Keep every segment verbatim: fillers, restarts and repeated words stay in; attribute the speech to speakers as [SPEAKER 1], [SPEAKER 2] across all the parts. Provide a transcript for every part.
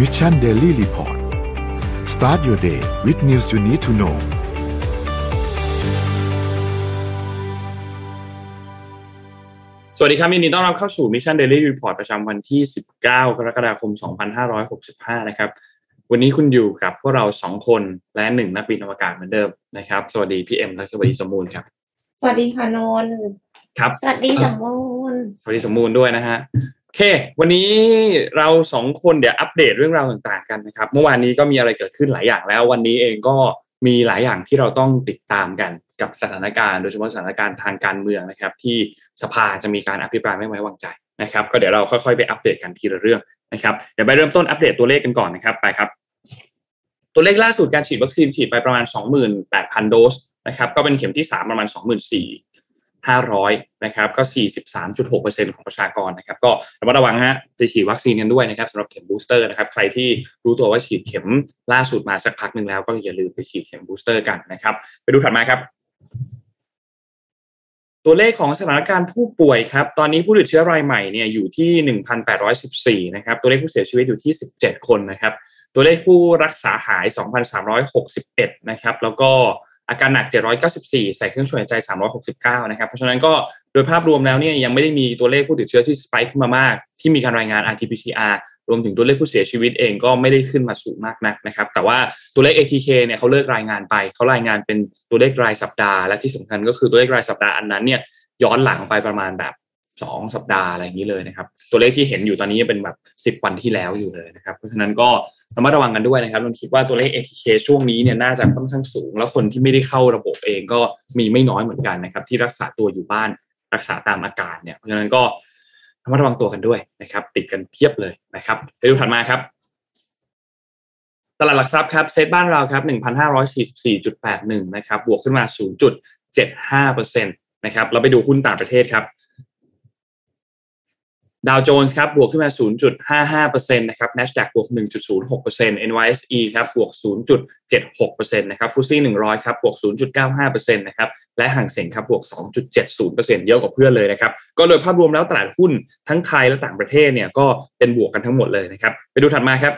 [SPEAKER 1] Mission Daily Report start your day with news you need to know
[SPEAKER 2] สวัสดีครับยินดีต้อนรับเข้าสู่ Mission Daily Report ประจำวันที่สิบเก้ากรกฎาคมสองพันห้าร้อยหกสิบห้านะครับวันนี้คุณอยู่กับพวกเราสองคนและหนึ่งนักบินอวกาศเหมือนเดิมนะครับสวัสดีพี่เอ็มและสวัสดีสมมูลครับ
[SPEAKER 3] สวัสดีค่ะนนท์
[SPEAKER 2] ครับ
[SPEAKER 3] สวัสดีสมมูล
[SPEAKER 2] สวัสดีสมมูลด้วยนะฮะโอเควันนี้เราสองคนเดี๋ยวอัปเดตเรื่องราวต่างๆกันนะครับเมื่อวานนี้ก็มีอะไรเกิดขึ้นหลายอย่างแล้ววันนี้เองก็มีหลายอย่างที่เราต้องติดตามกันกับสถานการณ์โดยเฉพาะสถานการณ์ทางการเมืองนะครับที่สภาจะมีการอภิปรายไม่ไว้วางใจนะครับก็เดี๋ยวเราค่อยๆไปอัปเดตกันทีละเรื่องนะครับเดี๋ยวไปเริ่มต้นอัปเดตตัวเลขกันก่อนนะครับไปครับตัวเลขล่าสุดการฉีดวัคซีนฉีดไปประมาณ สองหมื่นแปดพัน โดสนะครับก็เป็นเข็มที่สามประมาณ สองหมื่นสี่พันห้าร้อย นะครับก็ สี่สิบสามจุดหกเปอร์เซ็นต์ ของประชากรนะครับก็ระมัดระวังฮะไปฉีดวัคซีนกันด้วยนะครับสำหรับเข็มบูสเตอร์นะครับใครที่รู้ตัวว่าฉีดเข็มล่าสุดมาสักพักนึงแล้วก็อย่าลืมไปฉีดเข็มบูสเตอร์กันนะครับไปดูถัดมาครับตัวเลขของสถานการณ์ผู้ป่วยครับตอนนี้ผู้ติดเชื้อรายใหม่เนี่ยอยู่ที่ หนึ่งพันแปดร้อยสิบสี่ นะครับตัวเลขผู้เสียชีวิตอยู่ที่สิบเจ็ดคนนะครับตัวเลขผู้รักษาหาย สองพันสามร้อยหกสิบเอ็ด นะครับแล้วก็อาการหนักเจ็ดร้อยเก้าสิบสี่ใส่เครื่องช่วยหายใจสามร้อยหกสิบเก้านะครับเพราะฉะนั้นก็โดยภาพรวมแล้วเนี่ยยังไม่ได้มีตัวเลขผู้ติดเชื้อที่สไปค์ขึ้นมามากที่มีการรายงาน อาร์ ที พี ซี อาร์ รวมถึงตัวเลขผู้เสียชีวิตเองก็ไม่ได้ขึ้นมาสูงมากนักนะครับแต่ว่าตัวเลข เอ ที เค เนี่ยเขาเลิกรายงานไปเขารายงานเป็นตัวเลขรายสัปดาห์และที่สำคัญก็คือตัวเลขรายสัปดาห์อันนั้นเนี่ยย้อนหลังไปประมาณแบบสองสัปดาห์อะไรอย่างนี้เลยนะครับตัวเลขที่เห็นอยู่ตอนนี้เป็นแบบสิบวันที่แล้วอยู่เลยนะครับเพราะฉะนั้นก็ระมัดระวังกันด้วยนะครับผมคิดว่าตัวเลข เอ ที เค ช่วงนี้เนี่ยน่าจะค่อนข้างสูงแล้วคนที่ไม่ได้เข้าระบบเองก็มีไม่น้อยเหมือนกันนะครับที่รักษาตัวอยู่บ้านรักษาตามอาการเนี่ยเพราะฉะนั้นก็ระมัดระวังตัวกันด้วยนะครับติดกันเพียบเลยนะครับไปดูถัดมาครับตลาดหลักทรัพย์ครับเซ็ตบ้านเราครับ หนึ่งพันห้าร้อยสี่สิบสี่จุดแปดหนึ่ง นะครับบวกขึ้นมา ศูนย์จุดเจ็ดห้าเปอร์เซ็นต์ นะครับเราไปดูหุ้นต่างประเทศครับดาวโจนส์ครับบวกขึ้นมา ศูนย์จุดห้าห้าเปอร์เซ็นต์ นะครับ NASDAQ บวก หนึ่งจุดศูนย์หกเปอร์เซ็นต์ เอ็น วาย เอส อี ครับบวก ศูนย์จุดเจ็ดหกเปอร์เซ็นต์ นะครับ ฟุตซี่ หนึ่งร้อยครับบวก ศูนย์จุดเก้าห้าเปอร์เซ็นต์ นะครับและหางเส็งครับบวก สองจุดเจ็ดศูนย์เปอร์เซ็นต์ เยอะกว่าเพื่อนเลยนะครับก็โดยภาพรวมแล้วตลาดหุ้นทั้งไทยและต่างประเทศเนี่ยก็เป็นบวกกันทั้งหมดเลยนะครับไปดูถัดมาครับ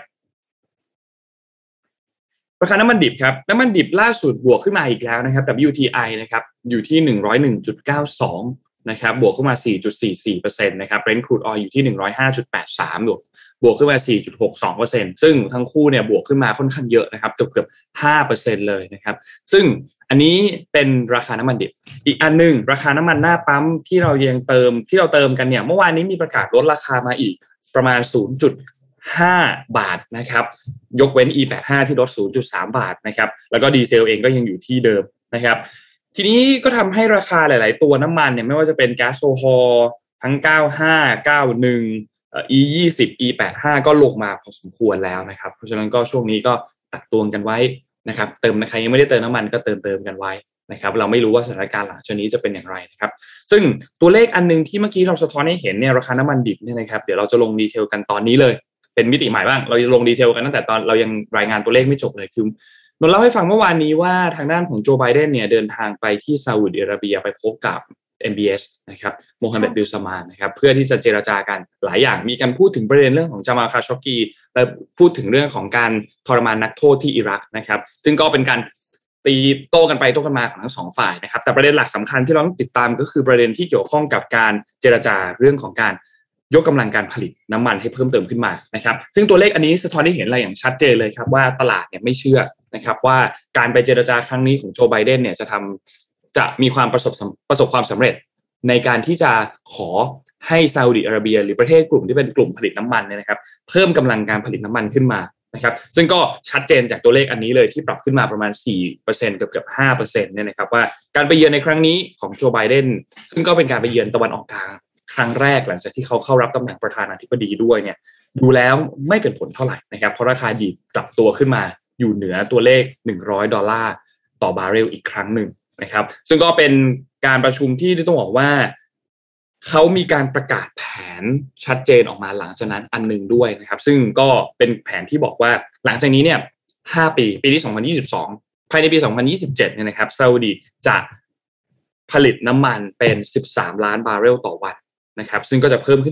[SPEAKER 2] ราคาน้ำมันดิบครับน้ำมันดิบล่าสุดบวกขึ้นมาอีกแล้วนะครับ ดับเบิลยู ที ไอ นะครับอยู่ที่ หนึ่งร้อยเอ็ดจุดเก้าสองนะครับบวกขึ้นมา สี่จุดสี่สี่เปอร์เซ็นต์ นะครับ Brent crude oil อยู่ที่ หนึ่งร้อยห้าจุดแปดสาม บวกบวกขึ้นมา สี่จุดหกสองเปอร์เซ็นต์ ซึ่งทั้งคู่เนี่ยบวกขึ้นมาค่อนข้างเยอะนะครับเกือบๆ ห้าเปอร์เซ็นต์ เลยนะครับซึ่งอันนี้เป็นราคาน้ำมันดิบอีกอันนึงราคาน้ำมันหน้าปั๊มที่เรายังเติมที่เราเติมกันเนี่ยเมื่อวานนี้มีประกาศลดราคามาอีกประมาณ ศูนย์จุดห้า บาทนะครับยกเว้น อี แปดสิบห้า ที่ลด ศูนย์จุดสาม บาทนะครับแล้วก็ดีเซลเองก็ยังอยู่ที่เดิมนะครับทีนี้ก็ทำให้ราคาหลายๆตัวน้ำมันเนี่ยไม่ว่าจะเป็นแก๊สโซฮอลทั้งเก้าสิบห้า เก้าสิบเอ็ดเอ่อ อี ยี่สิบ อี แปดสิบห้า ก็ลงมาพอสมควรแล้วนะครับเพราะฉะนั้นก็ช่วงนี้ก็ตักตวงกันไว้นะครับเติมใครยังไม่ได้เติมน้ำมันก็เติมเติมกันไว้นะครับเราไม่รู้ว่าสถานการณ์หลังจากนี้จะเป็นอย่างไรนะครับซึ่งตัวเลขอันนึงที่เมื่อกี้เราสะท้อนให้เห็นเนี่ยราคาน้ำมันดิบเนี่ยนะครับเดี๋ยวเราจะลงดีเทลกันตอนนี้เลยเป็นมิติใหม่บ้างเราจะลงดีเทลกันตั้งแต่ตอนเรายังรายงานตัวเลขไม่จบเลยคือนนเล่าให้ฟังเมื่อวานนี้ว่าทางด้านของโจไบเดนเนี่ยเดินทางไปที่ซาอุดิอาระเบียไปพบกับ เอ็ม บี เอส นะครับโมฮัมเหม็ด บิลซามานนะครับเพื่อที่จะเจรจากันหลายอย่างมีการพูดถึงประเด็นเรื่องของจามาล คาชอกกีและพูดถึงเรื่องของการทรมานนักโทษที่อิรักนะครับซึ่งก็เป็นการตีโต้กันไปโต้กันมาของทั้งสองฝ่ายนะครับแต่ประเด็นหลักสำคัญที่เราต้องติดตามก็คือประเด็นที่เกี่ยวข้องกับการเจรจาเรื่องของการยกกำลังการผลิตน้ำมันให้เพิ่มเติมขึ้นมานะครับซึ่งตัวเลขอันนี้สะท้อนให้เห็นอะไรอย่างชัดเจนเลยครับว่าตลาดเนี่ยไม่เชื่อนะครับว่าการไปเจรจาครั้งนี้ของโจไบเดนเนี่ยจะทำจะมีความประสบประสบความสำเร็จในการที่จะขอให้ซาอุดิอาระเบียหรือประเทศกลุ่มที่เป็นกลุ่มผลิตน้ำมันเนี่ยนะครับเพิ่มกำลังการผลิตน้ำมันขึ้นมานะครับซึ่งก็ชัดเจนจากตัวเลขอันนี้เลยที่ปรับขึ้นมาประมาณ สี่เปอร์เซ็นต์ เกือบๆ ห้าเปอร์เซ็นต์ เนี่ยนะครับว่าการไปเยือนในครั้งนี้ของโจไบเดนซึ่งก็เป็นการไปเยือนตะวันออกกลางครั้งแรกหลังจากที่เขาเข้ารับตำแหน่งประธานาธิบดีด้วยเนี่ยดูแล้วไม่เป็นผลเท่าไหร่นะครับเพราะราคาดิบกลับตัวขึ้นมาอยู่เหนือตัวเลขหนึ่งร้อยดอลลาร์ต่อบาร์เรลอีกครั้งหนึ่งนะครับซึ่งก็เป็นการประชุมที่ต้องบอกว่าเขามีการประกาศแผนชัดเจนออกมาหลังจากนั้นอันนึงด้วยนะครับซึ่งก็เป็นแผนที่บอกว่าหลังจากนี้เนี่ยห้าปีปีที่สองพันยี่สิบสองภายในปีสองพันยี่สิบเจ็ดเนี่ยนะครับซาอุดีจะผลิตน้ำมันเป็นสิบสามล้านบาร์เรลต่อวันนะครับซึ่งก็จะเพิ่มขึ้นอีก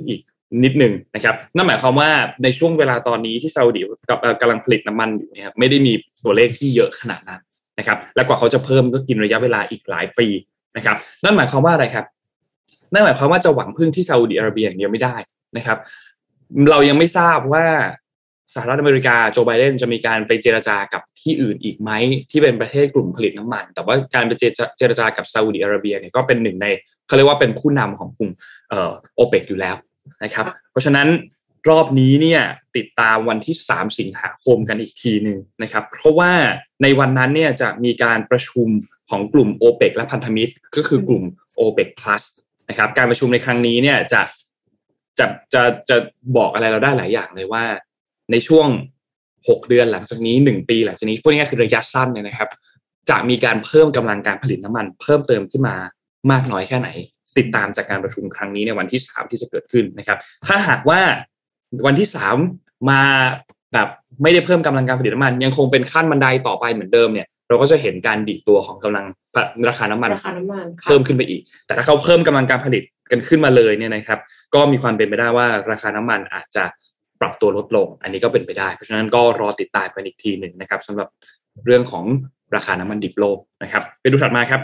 [SPEAKER 2] นิดนึงนะครับนั่นหมายความว่าในช่วงเวลาตอนนี้ที่ซาอุดิกับกำลังผลิตน้ำมันอยู่เนี่ยไม่ได้มีตัวเลขที่เยอะขนาดนั้นนะครับและกว่าเขาจะเพิ่มก็กินระยะเวลาอีกหลายปีนะครับนั่นหมายความว่าอะไรครับนั่นหมายความว่าจะหวังพึ่งที่ซาอุดิอาระเบียอย่างเดียวไม่ได้นะครับเรายังไม่ทราบว่าสหรัฐอเมริกาโจไบเดนจะมีการไปเจรจากับที่อื่นอีกไหมที่เป็นประเทศกลุ่มผลิตน้ำมันแต่ว่าการไปเจรจากับซาอุดิอาระเบียเนี่ยก็เป็นหนึ่งในเขาเรียกว่าเป็นผู้นำของกลุ่มเอ่อโอเปกอยู่แล้วนะครับเพราะฉะนั้นรอบนี้เนี่ยติดตามวันที่สามสิงหาคมกันอีกทีนึงนะครับเพราะว่าในวันนั้นเนี่ยจะมีการประชุมของกลุ่ม โอเปก และพันธมิตรก็คือกลุ่ม โอเปก Plus นะครับการประชุมในครั้งนี้เนี่ยจะจะจะจะบอกอะไรเราได้หลายอย่างเลยว่าในช่วงหกเดือนหลังจากนี้หนึ่งปีหลังจากนี้พวกนี้คือระยะสั้นเนี่ยนะครับจะมีการเพิ่มกำลังการผลิตน้ำมันเพิ่มเติมขึ้นมามากน้อยแค่ไหนติดตามจากการประชุมครั้งนี้ในวันที่สามที่จะเกิดขึ้นนะครับถ้าหากว่าวันที่สามมาแบบไม่ได้เพิ่มกำลังการผลิตน้ำมันยังคงเป็นขั้นบันไดต่อไปเหมือนเดิมเนี่ยเราก็จะเห็นการดิดตัวของกำลังราคาน้ำมันเพิ่มขึ้นไปอีกแต่ถ้าเขาเพิ่มกำลังการผลิตกันขึ้นมาเลยเนี่ยนะครับก็มีความเป็นไปได้ว่าราคาน้ำมันอาจจะปรับตัวลดลงอันนี้ก็เป็นไปได้เพราะฉะนั้นก็รอติดตามกันอีกทีหนึ่งนะครับสำหรับเรื่องของราคาน้ำมันดิบโลกนะครับไปดูถัดมาครับ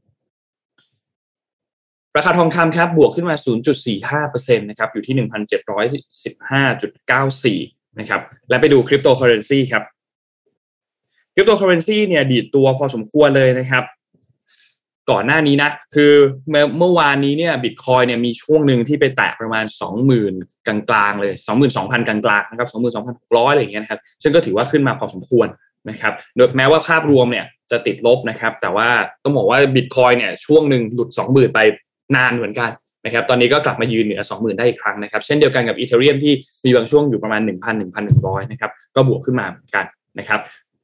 [SPEAKER 2] ราคาทองคำครับบวกขึ้นมา ศูนย์จุดสี่ห้าเปอร์เซ็นต์ นะครับอยู่ที่ หนึ่งพันเจ็ดร้อยสิบห้าจุดเก้าสี่ นะครับและไปดูคริปโตเคอเรนซีครับคริปโตเคอเรนซีเนี่ยดีดตัวพอสมควรเลยนะครับก่อนหน้านี้นะคือเมื่อเมื่อวานนี้เนี่ย Bitcoin เนี่ยมีช่วงนึงที่ไปแตะประมาณ สองหมื่น กลางๆเลย สองหมื่นสองพัน กลางๆนะครับ สองหมื่นสองพันหกร้อย อะไรอย่างเงี้ยนะครับซึ่งก็ถือว่าขึ้นมาพอสมควรนะครับโดยแม้ว่าภาพรวมเนี่ยจะติดลบนะครับแต่ว่าต้องบอกว่า Bitcoin เนี่ยช่วงนึงหลุด สองหมื่น ไปนานเหมือนกันนะครับตอนนี้ก็กลับมายืนเหนือ สองหมื่น ได้อีกครั้งนะครับเช่นเดียวกันกับ Ethereum ที่มีบางช่วงอยู่ประมาณ หนึ่งพัน หนึ่งพันหนึ่งร้อย นะครับก็บวกขึ้นมาเหมือนกันนะครับ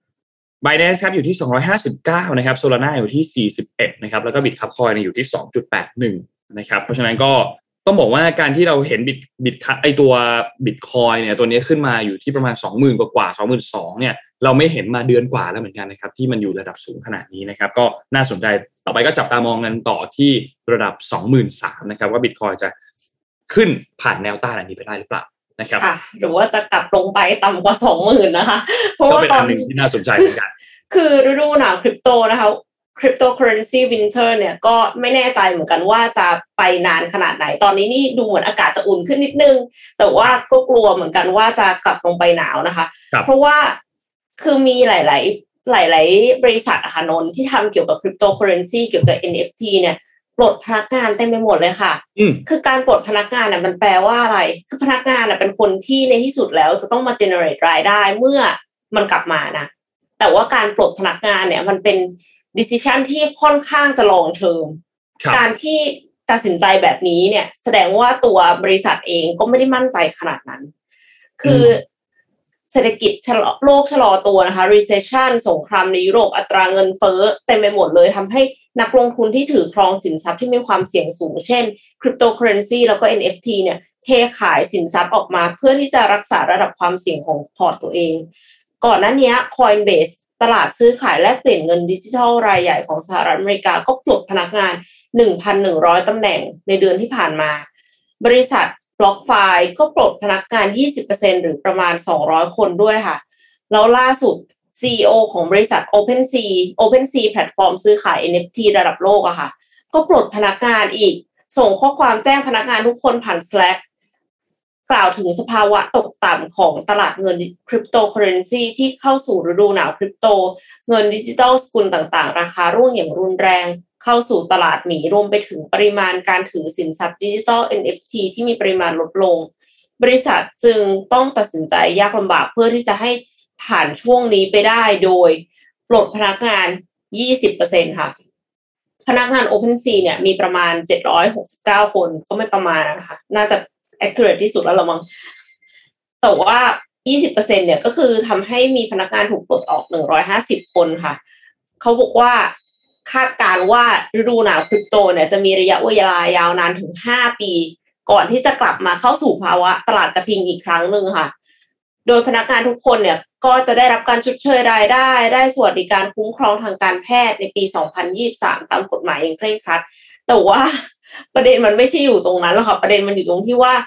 [SPEAKER 2] Binance ครับอยู่ที่สองร้อยห้าสิบเก้านะครับ Solana อยู่ที่สี่สิบเอ็ดนะครับแล้วก็ Bitcoin อยู่ที่ สองจุดแปดหนึ่ง นะครับเพราะฉะนั้นก็ต้องบอกว่าการที่เราเห็น Bit Bit ไอตัว Bitcoin เนี่ยตัวนี้ขึ้นมาอยู่ที่ประมาณ สองหมื่น กว่าๆ สองหมื่นสองพัน เนี่ยเราไม่เห็นมาเดือนกว่าแล้วเหมือนกันนะครับที่มันอยู่ระดับสูงขนาดนี้นะครับก็น่าสนใจต่อไปก็จับตามองกันต่อที่ระดับ สองหมื่นสามพัน นะครับว่า Bitcoin จะขึ้นผ่านแนวต้านอันนี้ไปได้หรือเปล่านะครับ
[SPEAKER 3] ค่ะหรือว่าจะกลับลงไปต่ำกว่า สองหมื่น นะคะ
[SPEAKER 2] เพราะว่าเป็นอันนึงที่น่าสนใจเหมือนกัน
[SPEAKER 3] คือฤดูหนาวคริปโตนะคะคริปโตเคอเรนซีวินเทอร์เนี่ยก็ไม่แน่ใจเหมือนกันว่าจะไปนานขนาดไหนตอนนี้นี่ดูเหมือนอากาศจะอุ่นขึ้นนิดนึงแต่ว่าก็กลัวเหมือนกันว่าจะกลับลงไปหนาวนะคะเพราะว่าคือมีหลายๆหลายๆบริษัทอะค่ะนนที่ทำเกี่ยวกับคริปโตเคอเรนซีเกี่ยวกับ เอ็น เอฟ ที เนี่ยปลดพนักงานเต็มไปหมดเลยค่ะคือการปลดพนักงานน่ะมันแปลว่าอะไรคือพนักงานน่ะเป็นคนที่ในที่สุดแล้วจะต้องมา generate รายได้เมื่อมันกลับมานะแต่ว่าการปลดพนักงานเนี่ยมันเป็น decision ที่ค่อนข้างจะ long term การที่ตัดสินใจแบบนี้เนี่ยแสดงว่าตัวบริษัทเองก็ไม่ได้มั่นใจขนาดนั้นคือเศรษฐกิจโลกชะลอตัวนะคะ recession สงครามในยุโรปอัตราเงินเฟ้อเต็มไปหมดเลยทำให้นักลงทุนที่ถือครองสินทรัพย์ที่มีความเสี่ยงสูงเช่น cryptocurrency แล้วก็ เอ็น เอฟ ที เนี่ยเทขายสินทรัพย์ออกมาเพื่อที่จะรักษาระดับความเสี่ยงของพอร์ตตัวเองก่อนหน้านี้ Coinbase ตลาดซื้อขายแลกเปลี่ยนเงินดิจิทัลรายใหญ่ของสหรัฐอเมริกาก็ปลดพนักงาน หนึ่งพันหนึ่งร้อย ตำแหน่งในเดือนที่ผ่านมาบริษัท BlockFi ก็ปลดพนักงาน ยี่สิบเปอร์เซ็นต์ หรือประมาณสองร้อยคนด้วยค่ะแล้วล่าสุด ซี อี โอ ของบริษัท OpenSea OpenSea แพลตฟอร์มซื้อขาย เอ็น เอฟ ที ระดับโลกอะค่ะก็ปลดพนักงานอีกส่งข้อความแจ้งพนักงานทุกคนผ่าน Slackกล่าวถึงสภาวะตกต่ำของตลาดเงินคริปโตเคอเรนซีที่เข้าสู่ฤดูหนาวคริปโตเงินดิจิทัลสกุลต่างๆราคาร่วงอย่างรุนแรงเข้าสู่ตลาดหมีรวมไปถึงปริมาณการถือสินทรัพย์ดิจิทัล เอ็น เอฟ ที ที่มีปริมาณลดลงบริษัทจึงต้องตัดสินใจยากลำบากเพื่อที่จะให้ผ่านช่วงนี้ไปได้โดยปลดพนักงาน ยี่สิบเปอร์เซ็นต์ ค่ะพนักงาน OpenSea เนี่ยมีประมาณเจ็ดร้อยหกสิบเก้าคนก็ไม่ประมาณนะคะน่าจะ accurate ที่สุดแล้วละมั้งแต่ว่า ยี่สิบเปอร์เซ็นต์ เนี่ยก็คือทำให้มีพนักงานถูกปลดออกหนึ่งร้อยห้าสิบคนค่ะเขาบอกว่าคาดการณ์ว่าฤดูหนาวคริปโตเนี่ยจะมีระยะเวลายาวนานถึงห้าปีก่อนที่จะกลับมาเข้าสู่ภาวะตลาดกระทิงอีกครั้งนึงค่ะโดยพนักงานทุกคนเนี่ยก็จะได้รับการชดเชยรายได้ได้สวัสดิการคุ้มครองทางการแพทย์ในปีสองพันยี่สิบสามตามกฎหมายอย่างเคร่งครัดแต่ว่าประเด็นมันไม่ใช่อยู่ตรงนั้นหรอกค่ะประเด็นมันอยู่ตรงที่ว่า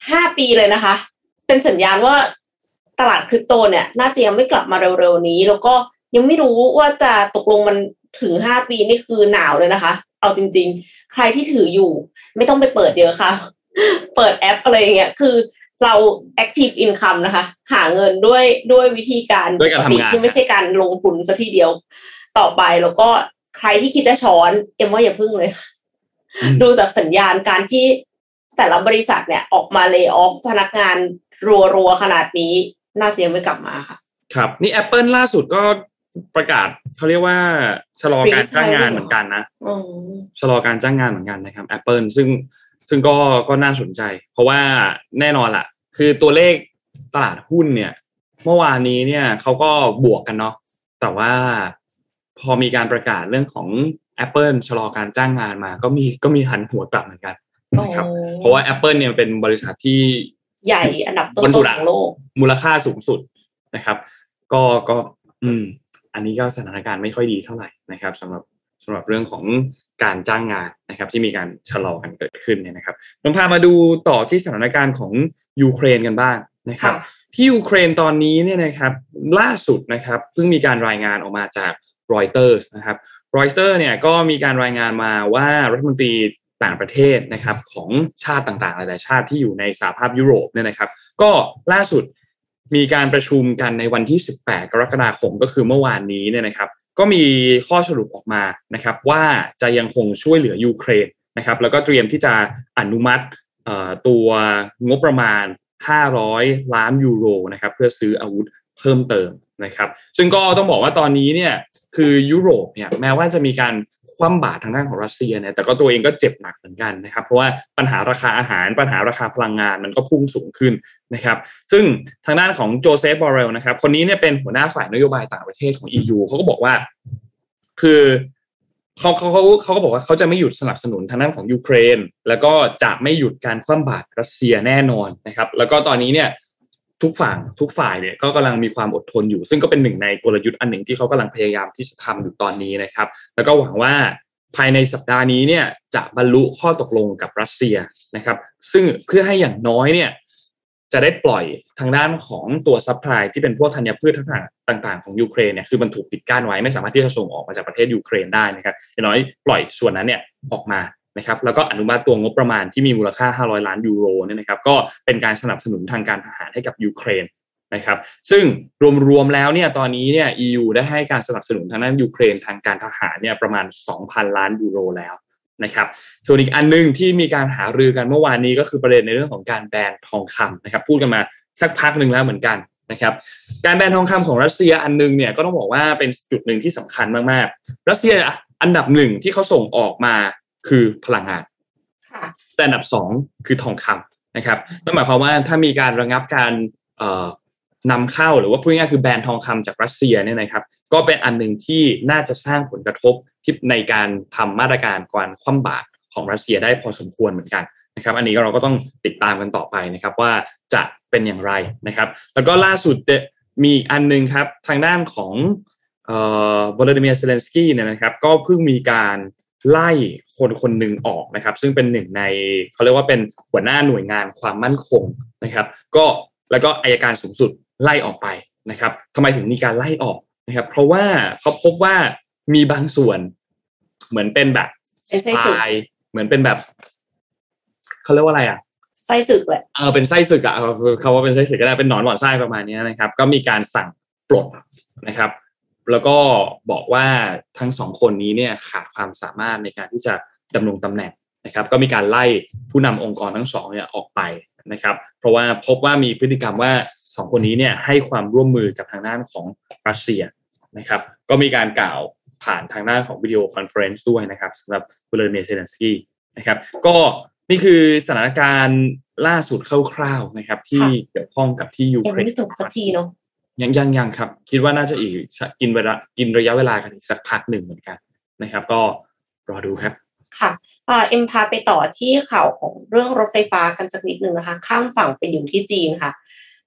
[SPEAKER 3] ห้าปีเลยนะคะเป็นสัญญาณว่าตลาดคริปโตเนี่ยน่าจะยังไม่กลับมาเร็วๆนี้แล้วก็ยังไม่รู้ว่าจะตกลงมันถึงห้าปีนี่คือหนาวเลยนะคะเอาจริงๆใครที่ถืออยู่ไม่ต้องไปเปิดเยอะค่ะเปิดแอปอะไรอย่างเงี้ยคือเรา active income นะคะหาเงินด้วยด้วยวิธีการปกติที่ไม่ใช่การลงทุนซะทีเดียวต่อไปแล้วก็ใครที่คิดจะช้อนเอ็มว่าอย่าพึ่งเลยดูจากสัญญาณการที่แต่ละบริษัทเนี่ยออกมาเลย์ออฟพนักงานรัวๆขนาดนี้น่าเสียไม่กลับมาค่ะ
[SPEAKER 2] ครับนี่ Apple ล่าสุดก็ประกาศเขาเรียกว่าชะลอการจ้างงานเหมือนกันนะชะลอการจ้างงานเหมือนกันนะครับ Apple ซึ่งซึ่งก็ก็น่าสนใจเพราะว่าแน่นอนล่ะคือตัวเลขตลาดหุ้นเนี่ยเมื่อวานนี้เนี่ยเขาก็บวกกันเนาะแต่ว่าพอมีการประกาศเรื่องของ Apple ชะลอการจ้างงานมาก็มีก็มีหันหัวกลับเหมือนกันนะครับเพราะว่า Apple เนี่ยเป็นบริษัทที่
[SPEAKER 3] ใหญ่อันดับต้นๆของโลก
[SPEAKER 2] มูลค่าสูงสุดนะครับก็ก็อืมอันนี้ก็สถานการณ์ไม่ค่อยดีเท่าไหร่นะครับสำหรับสำหรับเรื่องของการจ้างงานนะครับที่มีการชะลอกันเกิดขึ้นเนี่ยนะครับผมพามาดูต่อที่สถานการณ์ของยูเครนกันบ้างนะครับที่ยูเครนตอนนี้เนี่ยนะครับล่าสุดนะครับเพิ่งมีการรายงานออกมาจากรอยเตอร์สนะครับรอยเตอร์เนี่ยก็มีการรายงานมาว่ารัฐมนตรีต่างประเทศนะครับของชาติต่างๆหลายๆชาติที่อยู่ในสหภาพยุโรปเนี่ยนะครับก็ล่าสุดมีการประชุมกันในวันที่สิบแปดกรกฎาคมก็คือเมื่อวานนี้เนี่ยนะครับก็มีข้อสรุปออกมานะครับว่าจะยังคงช่วยเหลือยูเครนนะครับแล้วก็เตรียมที่จะอนุมัติตัวงบประมาณห้าร้อยล้านยูโรนะครับเพื่อซื้ออาวุธเพิ่มเติมนะครับซึ่งก็ต้องบอกว่าตอนนี้เนี่ยคือยุโรปเนี่ยแม้ว่าจะมีการคว่ำบาตรทางด้านของรัสเซียเนี่ยแต่ก็ตัวเองก็เจ็บหนักเหมือนกันนะครับเพราะว่าปัญหาราคาอาหารปัญหาราคาพลังงานมันก็พุ่งสูงขึ้นนะครับซึ่งทางด้านของโจเซฟบอเรลนะครับคนนี้เนี่ยเป็นหัวหน้าฝ่ายนโยบายต่างประเทศของ อี ยู เขาก็บอกว่าคือเขาเขาเขาเขาก็บอกว่าเขาจะไม่หยุดสนับสนุนทางด้านของยูเครนแล้วก็จะไม่หยุดการคว่ำบาตรรัสเซียแน่นอนนะครับแล้วก็ตอนนี้เนี่ยทุกฝั่งทุกฝ่ายเนี่ยก็กำลังมีความอดทนอยู่ซึ่งก็เป็นหนึ่งในกลยุทธ์อันหนึ่งที่เขากำลังพยายามที่จะทำอยู่ตอนนี้นะครับแล้วก็หวังว่าภายในสัปดาห์นี้เนี่ยจะบรรลุข้อตกลงกับรัสเซียนะครับซึ่งเพื่อให้อย่างน้อยเนี่ยจะได้ปล่อยทางด้านของตัวซัพพลายที่เป็นพวกธัญพืชต่างๆของยูเครนเนี่ยคือมันถูกปิดกั้นไว้ไม่สามารถที่จะส่งออกมาจากประเทศยูเครนได้นะครับอย่างน้อยปล่อยส่วนนั้นเนี่ยออกมานะครับแล้วก็อนุมัติตัวงบประมาณที่มีมูลค่าห้าร้อยล้านยูโรเนี่ยนะครับก็เป็นการสนับสนุนทางการทหารให้กับยูเครนนะครับซึ่งรวมๆแล้วเนี่ยตอนนี้เนี่ย อี ยู ได้ให้การสนับสนุนทางด้านยูเครนทางการทหารเนี่ยประมาณ สองพันล้านยูโรแล้วนะครับส่วนอีกอันนึงที่มีการหารือกันเมื่อวานนี้ก็คือประเด็นในเรื่องของการแบนทองคำนะครับพูดกันมาสักพักนึงแล้วเหมือนกันนะครับการแบนทองคำของรัสเซียอันนึงเนี่ยก็ต้องบอกว่าเป็นจุดหนึ่งที่สำคัญมากๆรัสเซียอันดับหนึ่งที่เขาส่งออกมาคือพลังงานแต่อันดับสองคือทองคำนะครับนั่นหมายความว่าถ้ามีการระงับการนำเข้าหรือว่าพูดง่ายๆคือแบนทองคำจากรัสเซียเนี่ยนะครับก็เป็นอันหนึ่งที่น่าจะสร้างผลกระทบที่ในการทำมาตรการการคว่ำบาตรของรัสเซียได้พอสมควรเหมือนกันนะครับอันนี้เราก็ต้องติดตามกันต่อไปนะครับว่าจะเป็นอย่างไรนะครับแล้วก็ล่าสุดมีอีกอันนึงครับทางด้านของเอ่อวลาดิเมียร์เซเลนสกี้เนี่ยนะครับก็เพิ่งมีการไล่คนคนหนึ่งออกนะครับซึ่งเป็นหนึ่งในเขาเรียกว่าเป็นหัวหน้าหน่วยงานความมั่นคงนะครับก็แล้วก็อัยการสูงสุดไล่ออกไปนะครับทำไมถึงมีการไล่ออกนะครับเพราะว่าเขาพบว่ามีบางส่วนเหมือนเป็นแบบสปายเหมือนเป็นแบบเขาเรียกว่าอะไรอ่ะ
[SPEAKER 3] ไส้ศึกแหละ
[SPEAKER 2] เออเป็นไส้ศึกอ่ะเขาว่าเป็นไส้ศึกก็ได้เป็นหนอนหว่อนไส้ประมาณนี้นะครับก็มีการสั่งปลดนะครับแล้วก็บอกว่าทั้งสองคนนี้เนี่ยขาดความสามารถในการที่จะดำรงตำแหน่งนะครับก็มีการไล่ผู้นำองค์กรทั้งสองเนี่ยออกไปนะครับเพราะว่าพบว่ามีพฤติกรรมว่าสองคนนี้เนี่ยให้ความร่วมมือกับทางด้านของรัสเซียนะครับก็มีการกล่าวผ่านทางด้านของวิดีโอคอนเฟอเรนซ์ด้วยนะครับสำหรับวลาดิเมียร์เซเลนสกี้นะครับก็นี่คือสถานการณ์ล่าสุดคร่าวๆนะครับที่เกี่ยวข้องกับที่ยูเครน
[SPEAKER 3] ยังไม่จบสักทีเนาะ
[SPEAKER 2] ยังยังยังครับคิดว่าน่าจะอีกกินเวลากินระยะเวลากันอีกสักพักหนึ่งเหมือนกันนะครับก็รอดูครับ
[SPEAKER 3] ค่ะอ่าเอ็มพาไปต่อที่ข่าวของเรื่องรถไฟฟ้ากันสักนิดนึงนะคะข้ามฝั่งไปอยู่ที่จีนค่ะ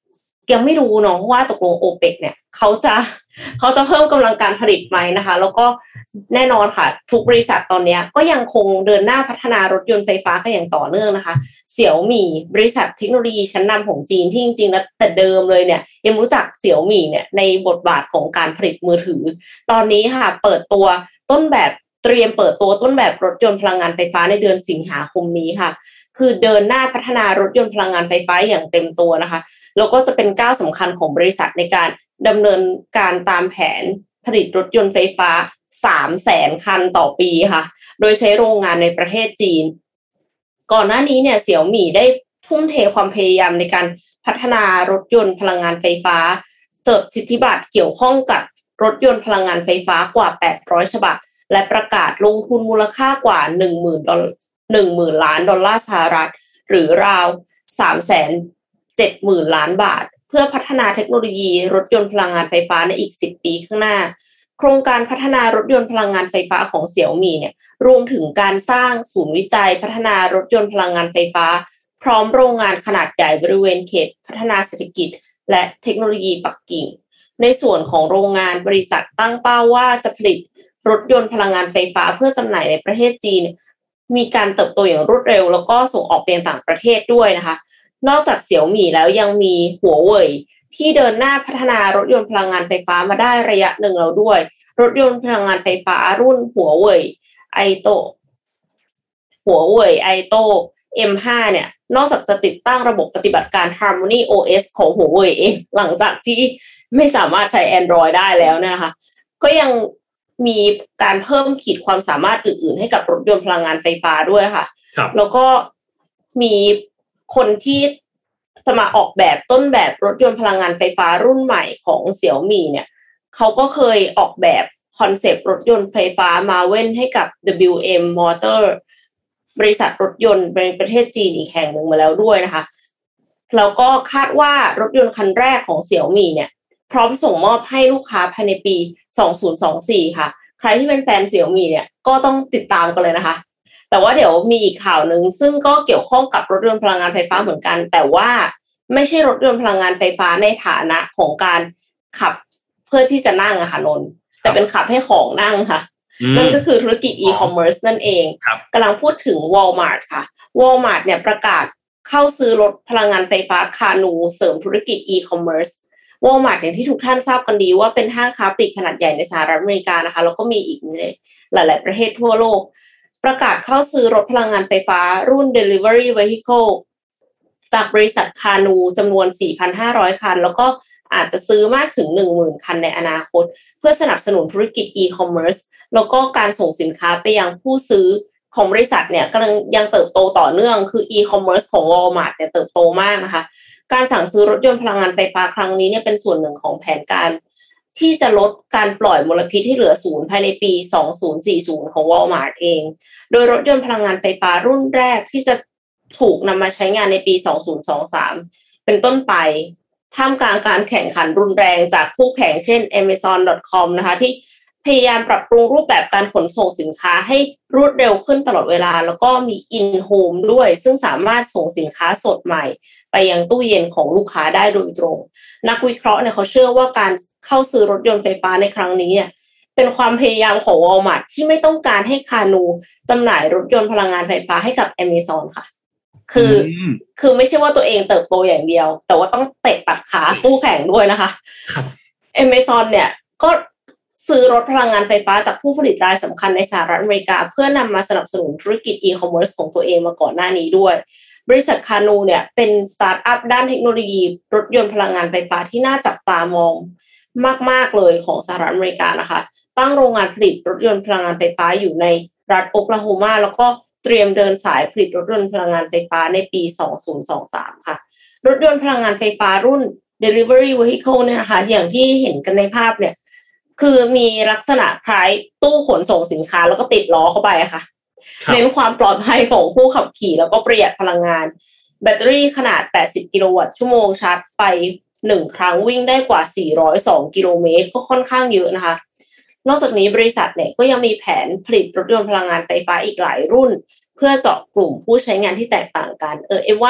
[SPEAKER 3] ยังไม่รู้เนาะว่าตกลง โอเปก เนี่ยเขาจะเขาจะเพิ่มกำลังการผลิตไหมนะคะแล้วก็แน่นอนค่ะทุกบริษัทตอนนี้ก็ยังคงเดินหน้าพัฒนารถยนต์ไฟฟ้ากันอย่างต่อเนื่องนะคะเสี่ยวหมี่บริษัทเทคโนโลยีชั้นนำของจีนที่จริงๆแล้วแต่เดิมเลยเนี่ยยังรู้จักเสี่ยวหมี่เนี่ยในบทบาทของการผลิตมือถือตอนนี้ค่ะเปิดตัวต้นแบบเตรียมเปิดตัวต้นแบบรถยนต์พลังงานไฟฟ้าในเดือนสิงหาคมนี้ค่ะคือเดินหน้าพัฒนารถยนต์พลังงานไฟฟ้าอย่างเต็มตัวนะคะแล้วก็จะเป็นก้าวสำคัญของบริษัทในการดำเนินการตามแผนผลิตรถยนต์ไฟฟ้า สามแสน คันต่อปีค่ะโดยใช้โรงงานในประเทศจีนก่อนหน้านี้เนี่ยเสี่ยวหมี่ได้ทุ่มเทความพยายามในการพัฒนารถยนต์พลังงานไฟฟ้าจดสิทธิบัตรเกี่ยวข้องกับรถยนต์พลังงานไฟฟ้ากว่าแปดร้อยฉบับและประกาศลงทุนมูลค่ากว่า หนึ่งหมื่น ดอลลาร์ หนึ่งหมื่น ล้านดอลลาร์สหรัฐหรือราว สามแสนเจ็ดหมื่น ล้านบาทเพื่อพัฒนาเทคโนโลยีรถยนต์พลังงานไฟฟ้าในอีกสิบปีข้างหน้าโครงการพัฒนารถยนต์พลังงานไฟฟ้าของเสี่ยวหมี่เนี่ยรวมถึงการสร้างศูนย์วิจัยพัฒนารถยนต์พลังงานไฟฟ้าพร้อมโรงงานขนาดใหญ่บริเวณเขตพัฒนาเศรษฐกิจและเทคโนโลยีปักกิ่งในส่วนของโรงงานบริษัทตั้งเป้าว่าจะผลิตรถยนต์พลังงานไฟฟ้าเพื่อจำหน่ายในประเทศจีนมีการเติบโตอย่างรวดเร็วแล้วก็ส่งออกไปยังต่างประเทศด้วยนะคะนอกจากเสี่ยวหมี่แล้วยังมีหัวเว่ยที่เดินหน้าพัฒนารถยนต์พลังงานไฟฟ้ามาได้ระยะหนึ่งแล้วด้วยรถยนต์พลังงานไฟฟ้ารุ่นหัวเว่ยไอโตหัวเว่ยไอโต เอ็ม ห้า เนี่ยนอกจากจะติดตั้งระบบปฏิบัติการ Harmony โอ เอส ของหัวเว่ยเองหลังจากที่ไม่สามารถใช้ Android ได้แล้วนะคะก็ยังมีการเพิ่มขีดความสามารถอื่นๆให้กับรถยนต์พลังงานไฟฟ้าด้วยค่ะแล้วก็มีคนที่จะมาออกแบบต้นแบบรถยนต์พลังงานไฟฟ้ารุ่นใหม่ของเสี่ยวหมี่เนี่ยเขาก็เคยออกแบบคอนเซปต์รถยนต์ไฟฟ้ามาเว้นให้กับ ดับเบิลยู เอ็ม Motor บริษัทรถยนต์ในประเทศจีนอีกแห่งหนึ่งมาแล้วด้วยนะคะแล้วก็คาดว่ารถยนต์คันแรกของเสี่ยวหมี่เนี่ยพร้อมส่งมอบให้ลูกค้าภายในปีสองพันยี่สิบสี่ค่ะใครที่เป็นแฟนเสี่ยวหมี่เนี่ยก็ต้องติดตามกันเลยนะคะแต่ว่าเดี๋ยวมีอีกข่าวนึงซึ่งก็เกี่ยวข้องกับรถยนต์พลังงานไฟฟ้าเหมือนกันแต่ว่าไม่ใช่รถยนต์พลังงานไฟฟ้าในฐานะของการขับเพื่อที่จะนั่งอะค่ะนนท์แต่เป็นขับให้ของนั่งค่ะนั่นก็คือธุรกิจ e-commerce นั่นเองกำลังพูดถึง Walmart ค่ะ Walmart เนี่ยประกาศเข้าซื้อรถพลังงานไฟฟ้าคานูเสริมธุรกิจ e-commerce Walmart อย่างที่ทุกท่านทราบกันดีว่าเป็นห้างค้าปลีกขนาดใหญ่ในสหรัฐอเมริกานะคะแล้วก็มีอีกในหลายๆประเทศทั่วโลกประกาศเข้าซื้อรถพลังงานไฟฟ้ารุ่น Delivery Vehicle จากบริษัทคานูจำนวน สี่พันห้าร้อย คันแล้วก็อาจจะซื้อมากถึง หนึ่งหมื่น คันในอนาคตเพื่อสนับสนุนธุรกิจ e-commerce แล้วก็การส่งสินค้าไปยังผู้ซื้อของบริษัทเนี่ยกำลังยังเติบโตต่อเนื่องคือ e-commerce ของ Walmart เนี่ยเติบโตมากนะคะการสั่งซื้อรถยนต์พลังงานไฟฟ้าครั้งนี้เนี่ยเป็นส่วนหนึ่งของแผนการที่จะลดการปล่อยมลพิษให้เหลือศูนย์ภายในปีสองพันสี่สิบของ Walmart เองโดยรถยนต์พลังงานไฟฟ้ารุ่นแรกที่จะถูกนำมาใช้งานในปีสองพันยี่สิบสามเป็นต้นไปท่ามกลางการแข่งขันรุนแรงจากคู่แข่งเช่น แอมะซอน ดอท คอม นะคะที่พยายามปรับปรุงรูปแบบการขนส่งสินค้าให้รวดเร็วขึ้นตลอดเวลาแล้วก็มี in-home ด้วยซึ่งสามารถส่งสินค้าสดใหม่ไปยังตู้เย็นของลูกค้าได้โดยตรงนักวิเคราะห์เนี่ยเขาเชื่อว่าการเข้าซื้อรถยนต์ไฟฟ้าในครั้งนี้เนี่ยเป็นความพยายามของ Walmart ที่ไม่ต้องการให้คานูจำหน่ายรถยนต์พลังงานไฟฟ้าให้กับ Amazon ค่ะคือคือไม่ใช่ว่าตัวเองเติบโตอย่างเดียวแต่ว่าต้องเตะตัดขาคู่แข่งด้วยนะคะครับ Amazon เนี่ยก็ซื้อรถพลังงานไฟฟ้าจากผู้ผลิตรายสำคัญในสหรัฐอเมริกาเพื่อนำมาสนับสนุนธุรกิจ e-commerce ของตัวเองมาก่อนหน้านี้ด้วยบริษัทคานูเนี่ยเป็นสตาร์ทอัพด้านเทคโนโลยีรถยนต์พลังงานไฟฟ้าที่น่าจับตามองมากๆเลยของสหรัฐอเมริกานะคะตั้งโรงงานผลิตรถยนต์พลังงานไฟฟ้าอยู่ในรัฐโอคลาโฮมาแล้วก็เตรียมเดินสายผลิตรถยนต์พลังงานไฟฟ้าในปีสองพันยี่สิบสามค่ะรถยนต์พลังงานไฟฟ้ารุ่น Delivery Vehicle เนี่ยนะคะอย่างที่เห็นกันในภาพเนี่ยคือมีลักษณะคล้ายตู้ขนส่งสินค้าแล้วก็ติดล้อเข้าไปค่ะเน้นความปลอดภัยของผู้ขับขี่แล้วก็ประหยัดพลังงานแบตเตอรี่ขนาดแปดสิบกิโลวัตต์ชั่วโมงชาร์จไฟหนึ่งครั้งวิ่งได้กว่าสี่ร้อยสองกิโลเมตรก็ค่อนข้างเยอะนะคะนอกจากนี้บริษัทเนี่ยก็ยังมีแผนผลิตรถยนต์พลังงานไฟฟ้าอีกหลายรุ่นเพื่อเจาะกลุ่มผู้ใช้งานที่แตกต่างกันเออเอ็มว่า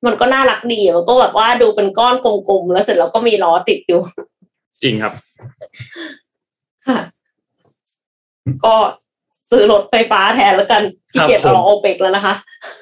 [SPEAKER 3] มันก็น่ารักดีมันก็แบบว่าดูเป็นก้อนกลมๆแล้วเสร็จแล้วก็มีล้อติดอยู่
[SPEAKER 2] จริงครับ
[SPEAKER 3] ค่ะก็ซื้อรถไฟฟ้าแทนแล้วกันที่เกียรติเอาโอเปกแล้วนะคะ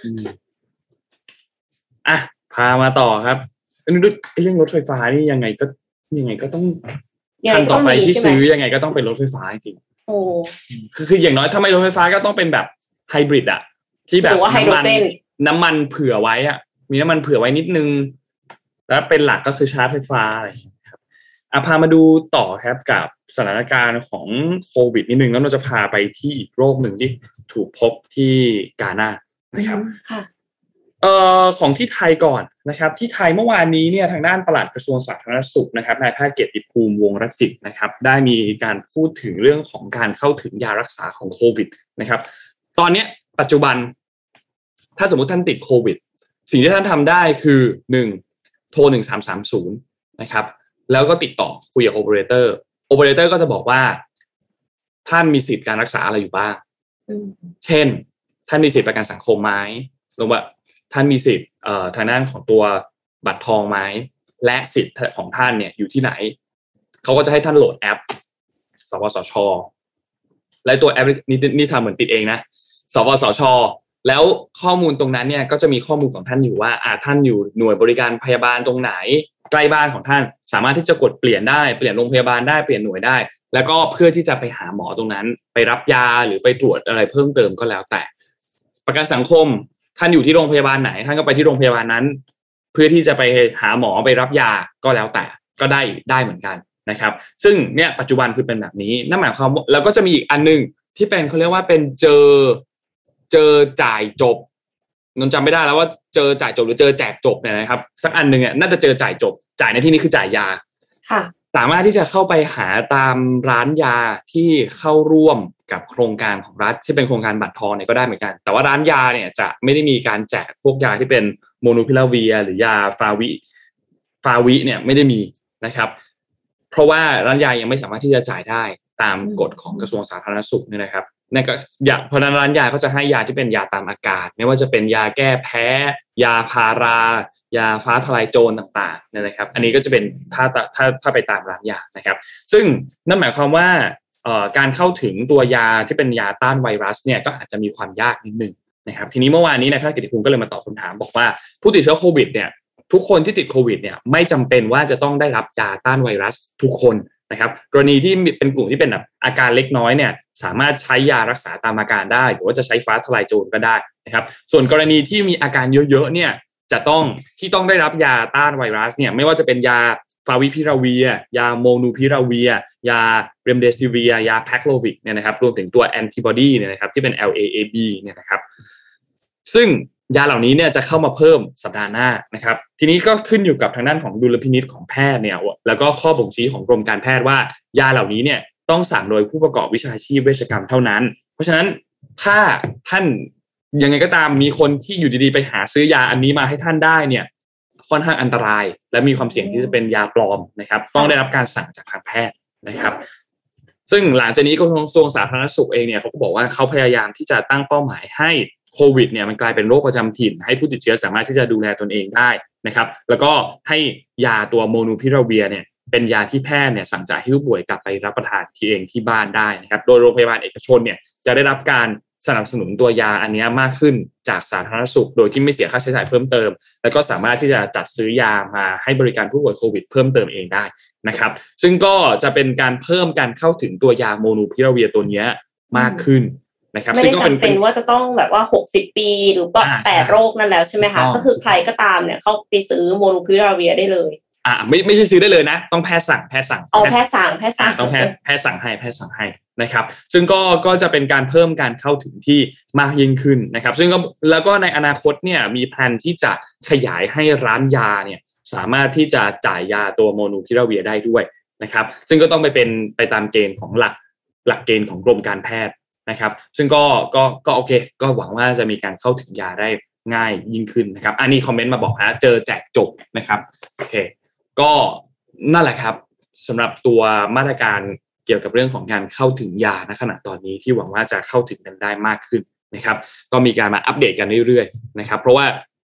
[SPEAKER 2] อ่ะพามาต่อครับเรื่องรถไฟฟ้านี่ยังไงก็ยังไงก็ต้องคันต่อไปที่ซื้อยังไงก็ต้องเป็นรถไฟฟ้าจริง
[SPEAKER 3] โอ้
[SPEAKER 2] คือคืออย่างน้อยถ้าไม่รถไฟฟ้าก็ต้องเป็นแบบไฮบริดอะที่แบบน้ำมันน้ำมันเผื่อไว้อะมีน้ำมันเผื่อไว้นิดนึงแล้วเป็นหลักก็คือชาร์จไฟฟ้าอะไรครับอ่ะพามาดูต่อครับกับสถานการณ์ของโควิดนิดนึงแล้วเราจะพาไปที่อีกโรคหนึ่งที่ถูกพบที่กานานะครับ
[SPEAKER 3] ค่ะ
[SPEAKER 2] เอ่อของที่ไทยก่อนนะครับที่ไทยเมื่อวานนี้เนี่ยทางด้านปลัดกระทรวงสาธารณสุขนะครับนายแพทย์เกียรติภูมิวงศ์รจิตนะครับได้มีการพูดถึงเรื่องของการเข้าถึงยารักษาของโควิดนะครับตอนนี้ปัจจุบันถ้าสมมุติท่านติดโควิดสิ่งที่ท่านทำได้คือหนึ่งโทรหนึ่งสามสามศูนย์นะครับแล้วก็ติดต่อคุยกับโอเปอเรเตอร์โอเปอเรเตอร์ก็จะบอกว่าท่านมีสิทธิ์การรักษาอะไรอยู่บ้างเช่นท่านมีสิทธิ์ประกันสังคมไหมหรือว่าท่านมีสิทธิ์เอ่อทางด้านของตัวบัตรทองไหมและสิทธิ์ของท่านเนี่ยอยู่ที่ไหนเขาก็จะให้ท่านโหลดแอปสปสช.และตัวแอปนี่นี่ทำเหมือนติดเองนะสปสช.แล้วข้อมูลตรงนั้นเนี่ยก็จะมีข้อมูลของท่านอยู่ว่าอ่าท่านอยู่หน่วยบริการพยาบาลตรงไหนใกล้บ้านของท่านสามารถที่จะกดเปลี่ยนได้เปลี่ยนโรงพยาบาลได้เปลี่ยนหน่วยได้แล้วก็เพื่อที่จะไปหาหมอตรงนั้นไปรับยาหรือไปตรวจอะไรเพิ่มเติมก็แล้วแต่ประกันสังคมท่านอยู่ที่โรงพยาบาลไหนท่านก็ไปที่โรงพยาบาลนั้นเพื่อที่จะไปหาหมอไปรับยาก็แล้วแต่ก็ได้ได้เหมือนกันนะครับซึ่งเนี่ยปัจจุบันคือเป็นแบบนี้นั่นหมายความว่าแล้วก็จะมีอีกอันนึงที่เป็นเขาเรียกว่าเป็นเจอเจอจ่ายจบนนจำไม่ได้แล้วว่าเจอจ่ายจบหรือเจอแจกจบเนี่ยนะครับสักอันนึงเนี่ยน่าจะเจอจ่ายจบจ่ายในที่นี้คือจ่ายยา
[SPEAKER 3] ค่ะ
[SPEAKER 2] สามารถที่จะเข้าไปหาตามร้านยาที่เข้าร่วมกับโครงการของรัฐที่เป็นโครงการบัตรทองเนี่ยก็ได้เหมือนกันแต่ว่าร้านยาเนี่ยจะไม่ได้มีการแจกพวกยาที่เป็นโมนูพิลาเวียหรือยาฟาวิฟาวิเนี่ยไม่ได้มีนะครับเพราะว่าร้านยายังไม่สามารถที่จะจ่ายได้ตามกฎของกระทรวงสาธารณสุขเนี่ยนะครับนั่นก็ยาเพราะนั้นร้านยาก็จะให้ยาที่เป็นยาตามอาการไม่ว่าจะเป็นยาแก้แพ้ยาพารายาฟ้าทลายโจรต่างๆเนี่ยนะครับอันนี้ก็จะเป็นถ้าถ้าถ้าไปตามร้านยานะครับซึ่งนั่นหมายความว่าการเข้าถึงตัวยาที่เป็นยาต้านไวรัสเนี่ยก็อาจจะมีความยากนิดนึงนะครับทีนี้เมื่อวานนี้นายแพทย์กิติภูมิก็เลยมาตอบคำถามบอกว่าผู้ติดเชื้อโควิดเนี่ยทุกคนที่ติดโควิดเนี่ยไม่จำเป็นว่าจะต้องได้รับยาต้านไวรัสทุกคนนะครับกรณีที่เป็นกลุ่มที่เป็นแบบอาการเล็กน้อยเนี่ยสามารถใช้ยารักษาตามอาการได้หรือว่าจะใช้ฟ้าทลายโจรก็ได้นะครับส่วนกรณีที่มีอาการเยอะๆเนี่ยจะต้องที่ต้องได้รับยาต้านไวรัสเนี่ยไม่ว่าจะเป็นยาฟาวิพิราเวียยาโมนูพิราเวียยาเรมเดซิเวียยาแพคโลวิกเนี่ยนะครับรวมถึงตัวแอนติบอดีเนี่ยนะครับที่เป็น แอล เอ เอ บี เนี่ยนะครับซึ่งยาเหล่านี้เนี่ยจะเข้ามาเพิ่มสัปดาห์หน้านะครับทีนี้ก็ขึ้นอยู่กับทางด้านของดุลพินิจของแพทย์เนี่ยแล้วก็ข้อบ่งชี้ของกรมการแพทย์ว่ายาเหล่านี้เนี่ยต้องสั่งโดยผู้ประกอบวิชาชีพเวชกรรมเท่านั้นเพราะฉะนั้นถ้าท่านยังไงก็ตามมีคนที่อยู่ดีๆไปหาซื้อยาอันนี้มาให้ท่านได้เนี่ยค่อนข้างอันตรายและมีความเสี่ยงที่จะเป็นยาปลอมนะครับต้องได้รับการสั่งจากทางแพทย์นะครับซึ่งหลังจากนี้กระทรวงสาธารณสุขเองเนี่ยเขาก็บอกว่าเขาพยายามที่จะตั้งเป้าหมายให้โควิดเนี่ยมันกลายเป็นโรคประจำถิ่นให้ผู้ติดเชื้อสามารถที่จะดูแลตนเองได้นะครับแล้วก็ให้ยาตัวโมนูพิราเวียเนี่ยเป็นยาที่แพทย์เนี่ยสั่งจ่ายให้ผู้ป่วยกลับไปรับประทานที่เองที่บ้านได้นะครับโดยโรงพยาบาลเอกชนเนี่ยจะได้รับการสนับสนุนตัวยาอันนี้มากขึ้นจากสาธารณสุขโดยที่ไม่เสียค่าใช้จ่ายเพิ่มเติมแล้วก็สามารถที่จะจัดซื้อยามาให้บริการผู้ป่วยโควิดเพิ่มเติมเองได้นะครับซึ่งก็จะเป็นการเพิ่มการเข้าถึงตัวยาโมนูพิราเวียตัวนี้มากขึ้นนะครับ
[SPEAKER 3] ไม่ได้จำเป็นว่าจะต้องแบบว่าหกสิบปีหรือว่าแปดโรคนั่นแล้วใช่ไหมคะก็คือใครก็ตามเนี่ยเข้าไปซื้อโมนูพิราเวียได้เลย
[SPEAKER 2] อ่าไม่ไม่ใช่ซื้อได้เลยนะต้องแพทย์สั่งแพทย์สั่ง
[SPEAKER 3] อ๋อแพทย์สั่งแพทย์สั่ง
[SPEAKER 2] ต้องแพทย์แพทย์สั่งให้แพทย์สั่งให้นะครับซึ่งก็ก็จะเป็นการเพิ่มการเข้าถึงที่มากยิ่งขึ้นนะครับซึ่งก็แล้วก็ในอนาคตเนี่ยมีแผนที่จะขยายให้ร้านยาเนี่ยสามารถที่จะจ่ายยาตัวโมนูพิราเวียได้ด้วยนะครับซึ่งก็ต้องไปเป็นไปตามเกณฑ์ของหลักหลักเกณฑ์ของกรมการแพทย์นะครับซึ่งก็ก็ก็โอเคก็หวังว่าจะมีการเข้าถึงยาได้ง่ายยิ่งขึ้นนะครับอันนี้คอมเมนต์มาบอกฮะเจอแจกจบนะครับโอเคก็นั่นแหละครับสำหรับตัวมาตรการเกี่ยวกับเรื่องของการเข้าถึงยาณขณะตอนนี้ที่หวังว่าจะเข้าถึงกันได้มากขึ้นนะครับก็มีการมาอัปเดตกันเรื่อยๆนะครับเพราะว่า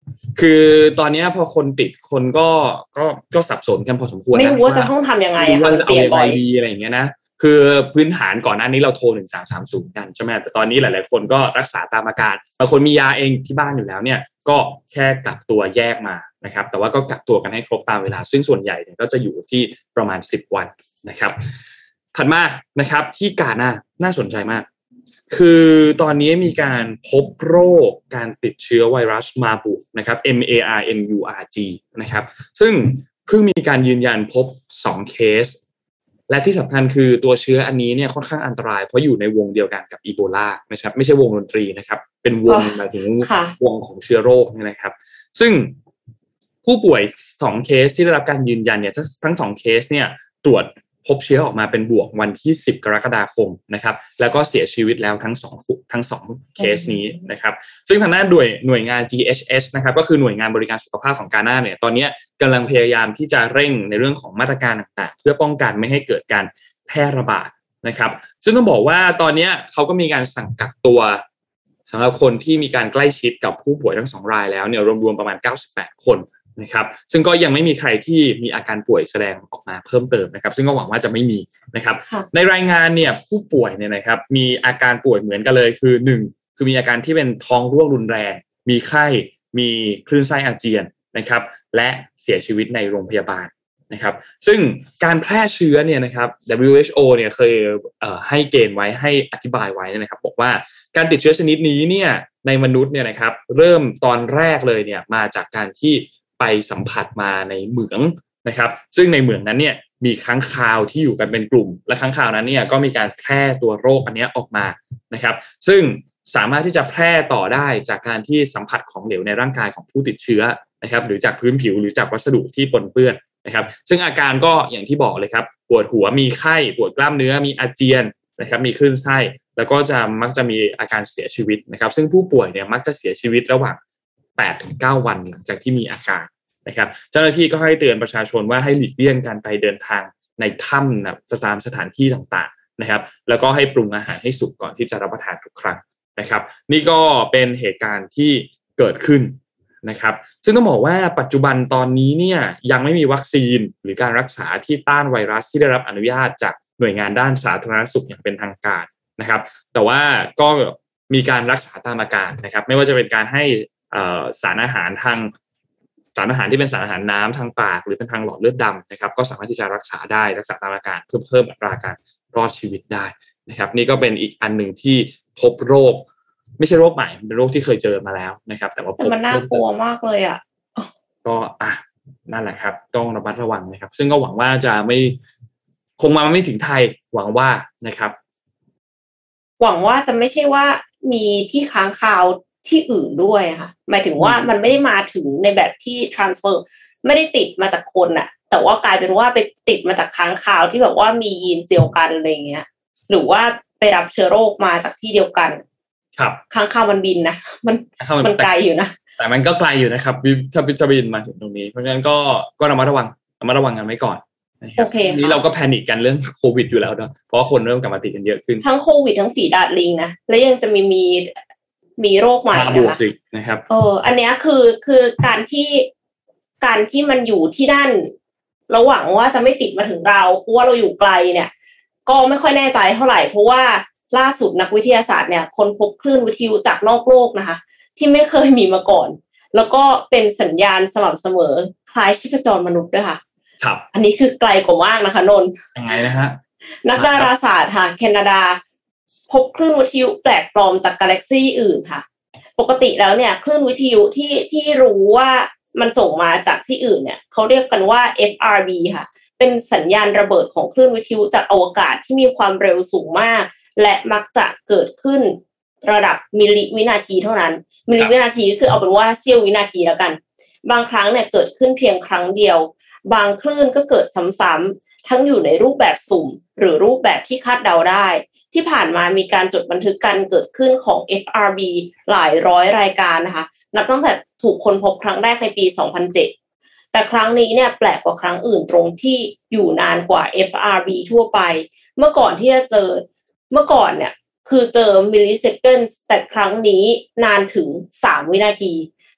[SPEAKER 2] คือตอนนี้พอคนติดคนก็ก็ก็สับสนกันพอสมควรนะ
[SPEAKER 3] ไม่รู้ว่าจะต้องทำยังไงอะค่ะ
[SPEAKER 2] เปลี่ยนบ่อยดีอะไรอย่างเงี้ยนะคือพื้นฐานก่อนหน้านี้เราโทรหนึ่งสามสามศูนย์กันใช่ไหมแต่ตอนนี้หลายๆคนก็รักษาตามอาการบางคนมียาเองที่บ้านอยู่แล้วเนี่ยก็แค่กักตัวแยกมานะครับแต่ว่าก็กักตัวกันให้ครบตามเวลาซึ่งส่วนใหญ่เนี่ยก็จะอยู่ที่ประมาณสิบวันนะครับถัดมานะครับที่กาน่าน่าสนใจมากคือตอนนี้มีการพบโรคการติดเชื้อไวรัสมาร์บุกนะครับ M A R M U R G นะครับซึ่งเพิ่งมีการยืนยันพบสองเคสและที่สำคัญคือตัวเชื้ออันนี้เนี่ยค่อนข้างอันตรายเพราะอยู่ในวงเดียวกันกับอีโบลานะครับไม่ใช่วงดนตรีนะครับเป็นวงหมายถึงวงของเชื้อโรคนี่นะครับซึ่งผู้ป่วยสองเคสที่ได้รับการยืนยันเนี่ยทั้งสองเคสเนี่ยตรวจพบเชื้อออกมาเป็นบวกวันที่สิบกรกฎาคมนะครับแล้วก็เสียชีวิตแล้วทั้งสองทั้งสองเคสนี้นะครับซึ่งทางด้านหน่วยหน่วยงาน G H S นะครับก็คือหน่วยงานบริการสุขภาพของกาน่าเนี่ยตอนนี้กำลังพยายามที่จะเร่งในเรื่องของมาตรการต่างๆเพื่อป้องกันไม่ให้เกิดการแพร่ระบาดนะครับซึ่งต้องบอกว่าตอนนี้เขาก็มีการสั่งกักตัวสำหรับคนที่มีการใกล้ชิดกับผู้ป่วยทั้งสองรายแล้วเนี่ยรวมๆประมาณเก้าสิบแปดคนนะครับซึ่งก็ยังไม่มีใครที่มีอาการป่วยแสดงออกมาเพิ่มเติมนะครับซึ่งก็หวังว่าจะไม่มีนะครับในรายงานเนี่ยผู้ป่วยเนี่ยนะครับมีอาการป่วยเหมือนกันเลยคือหนึ่งคือมีอาการที่เป็นท้องร่วงรุนแรงมีไข้มีคลื่นไส้อาเจียนนะครับและเสียชีวิตในโรงพยาบาลนะครับซึ่งการแพร่เชื้อเนี่ยนะครับ ดับเบิลยู เอช โอ เนี่ยเคยเอ่อให้เกณฑ์ไว้ให้อธิบายไว้นะครับบอกว่าการติดเชื้อชนิดนี้เนี่ยในมนุษย์เนี่ยนะครับเริ่มตอนแรกเลยเนี่ยมาจากการที่ไปสัมผัสมาในเหมืองนะครับซึ่งในเหมืองนั้นเนี่ยมีค้างคาวที่อยู่กันเป็นกลุ่มและค้างคาวนั้นเนี่ยก็มีการแพร่ตัวโรคอันนี้ออกมานะครับซึ่งสามารถที่จะแพร่ต่อได้จากการที่สัมผัสของเหลวในร่างกายของผู้ติดเชื้อนะครับหรือจากพื้นผิวหรือจากวัสดุที่ปนเปื้อนนะครับซึ่งอาการก็อย่างที่บอกเลยครับปวดหัวมีไข้ปวดกล้ามเนื้อมีอาเจียนนะครับมีคลื่นไส้แล้วก็จะมักจะมีอาการเสียชีวิตนะครับซึ่งผู้ป่วยเนี่ยมักจะเสียชีวิตระหว่างแปดถึงเก้าวันหลังจากที่มีอาการนะครับเจ้าหน้าที่ก็ให้เตือนประชาชนว่าให้หลีกเลี่ยงการไปเดินทางในถ้ำนะตามสถานที่ต่างๆนะครับแล้วก็ให้ปรุงอาหารให้สุกก่อนที่จะรับประทานทุกครั้งนะครับนี่ก็เป็นเหตุการณ์ที่เกิดขึ้นนะครับซึ่งต้องบอกว่าปัจจุบันตอนนี้เนี่ยยังไม่มีวัคซีนหรือการรักษาที่ต้านไวรัสที่ได้รับอนุญาตจากหน่วยงานด้านสาธารณสุขอย่างเป็นทางการนะครับแต่ว่าก็มีการรักษาตามอาการนะครับไม่ว่าจะเป็นการให้สารอาหารทางสารอาหารที่เป็นสารอาหารน้ำทางปากหรือเป็นทางหลอดเลือดดำนะครับก็สามารถที่จะรักษาได้รักษาตามอาการเพิ่มเพิ่มอัตราการรอดชีวิตได้นะครับนี่ก็เป็นอีกอันหนึ่งที่พบโรคไม่ใช่โรคใหม่เป็นโรคที่เคยเจอมาแล้วนะครับแต่ว่าพบ
[SPEAKER 3] มันน่ากลัวมากเลยอ่ะ
[SPEAKER 2] ก็อ่ะนั่นแหละครับต้องระมัดระวังนะครับซึ่งก็หวังว่าจะไม่คงมาไม่ถึงไทยหวังว่านะครับ
[SPEAKER 3] หวังว่าจะไม่ใช่ว่ามีที่ค้างคาวที่อื่นด้วยนะคะหมายถึงว่ามันไม่ได้มาถึงในแบบที่ transfer ไม่ได้ติดมาจากคนน่ะแต่ว่ากลายเป็นว่าไปติดมาจากค้างคาวที่แบบว่ามียีนเดียวกันอะไรอย่างเงี้ยหรือว่าไปรับเชื้อโรคมาจากที่เดียวกัน
[SPEAKER 2] ครับ
[SPEAKER 3] ค้างคาวมันบินนะมันมันไกลอยู่นะ
[SPEAKER 2] แต่มันก็ไกลอยู่นะครับถ้าจะบินมาถึงตรงนี้เพราะฉะนั้นก็ก็ระมัดระวังระมัดระวังกันไว้ก่อนนะครับนี้เราก็แพนิคกันเรื่องโควิดอยู่แล้วเนาะเพราะว่าคนเริ่มกลับมาติดกันเยอะขึ้น
[SPEAKER 3] ทั้งโควิดทั้งฝีดาษลิงนะและยังจะมีมีมีโรคใหม่นะคะ
[SPEAKER 2] นะครับ
[SPEAKER 3] เอออันนี้คือคือการที่การที่มันอยู่ที่นั่นระหวังว่าจะไม่ติดมาถึงเราเพราะว่าเราอยู่ไกลเนี่ยก็ไม่ค่อยแน่ใจเท่าไหร่เพราะว่าล่าสุดนักวิทยาศาสตร์เนี่ยคนพบคลื่นวิทยุจากนอกโลกนะคะที่ไม่เคยมีมาก่อนแล้วก็เป็นสัญญาณสม่ำเสมอคล้ายชีพจรมนุษย์ด้วยค่ะ
[SPEAKER 2] ครับ
[SPEAKER 3] อันนี้คือไกลกว่ามากนะคะนนท์
[SPEAKER 2] ยังไงนะฮะ
[SPEAKER 3] นักดาราศาสตร์ค่ะแคนาดาพบคลื่นวิทยุแปลกปลอมจากกาแล็กซี่อื่นค่ะปกติแล้วเนี่ยคลื่นวิทยุที่ที่รู้ว่ามันส่งมาจากที่อื่นเนี่ยเขาเรียกกันว่า เอฟ อาร์ บี ค่ะเป็นสัญญาณระเบิดของคลื่นวิทยุจากอวกาศที่มีความเร็วสูงมากและมักจะเกิดขึ้นระดับมิลลิวินาทีเท่านั้นมิลลิวินาทีก็คือเอาเป็นว่าเสี้ยววินาทีแล้วกันบางครั้งเนี่ยเกิดขึ้นเพียงครั้งเดียวบางคลื่นก็เกิดซ้ำๆทั้งอยู่ในรูปแบบสุ่มหรือรูปแบบที่คาดเดาได้ที่ผ่านมามีการจดบันทึกการเกิดขึ้นของ เอฟ อาร์ บี หลายร้อยรายการนะคะนับตั้งแต่ถูกค้นพบครั้งแรกในปีสองพันเจ็ดแต่ครั้งนี้เนี่ยแปลกกว่าครั้งอื่นตรงที่อยู่นานกว่า เอฟ อาร์ บี ทั่วไปเมื่อก่อนที่จะเจอเมื่อก่อนเนี่ยคือเจอมิลลิเซคันด์แต่ครั้งนี้นานถึงสามวินาที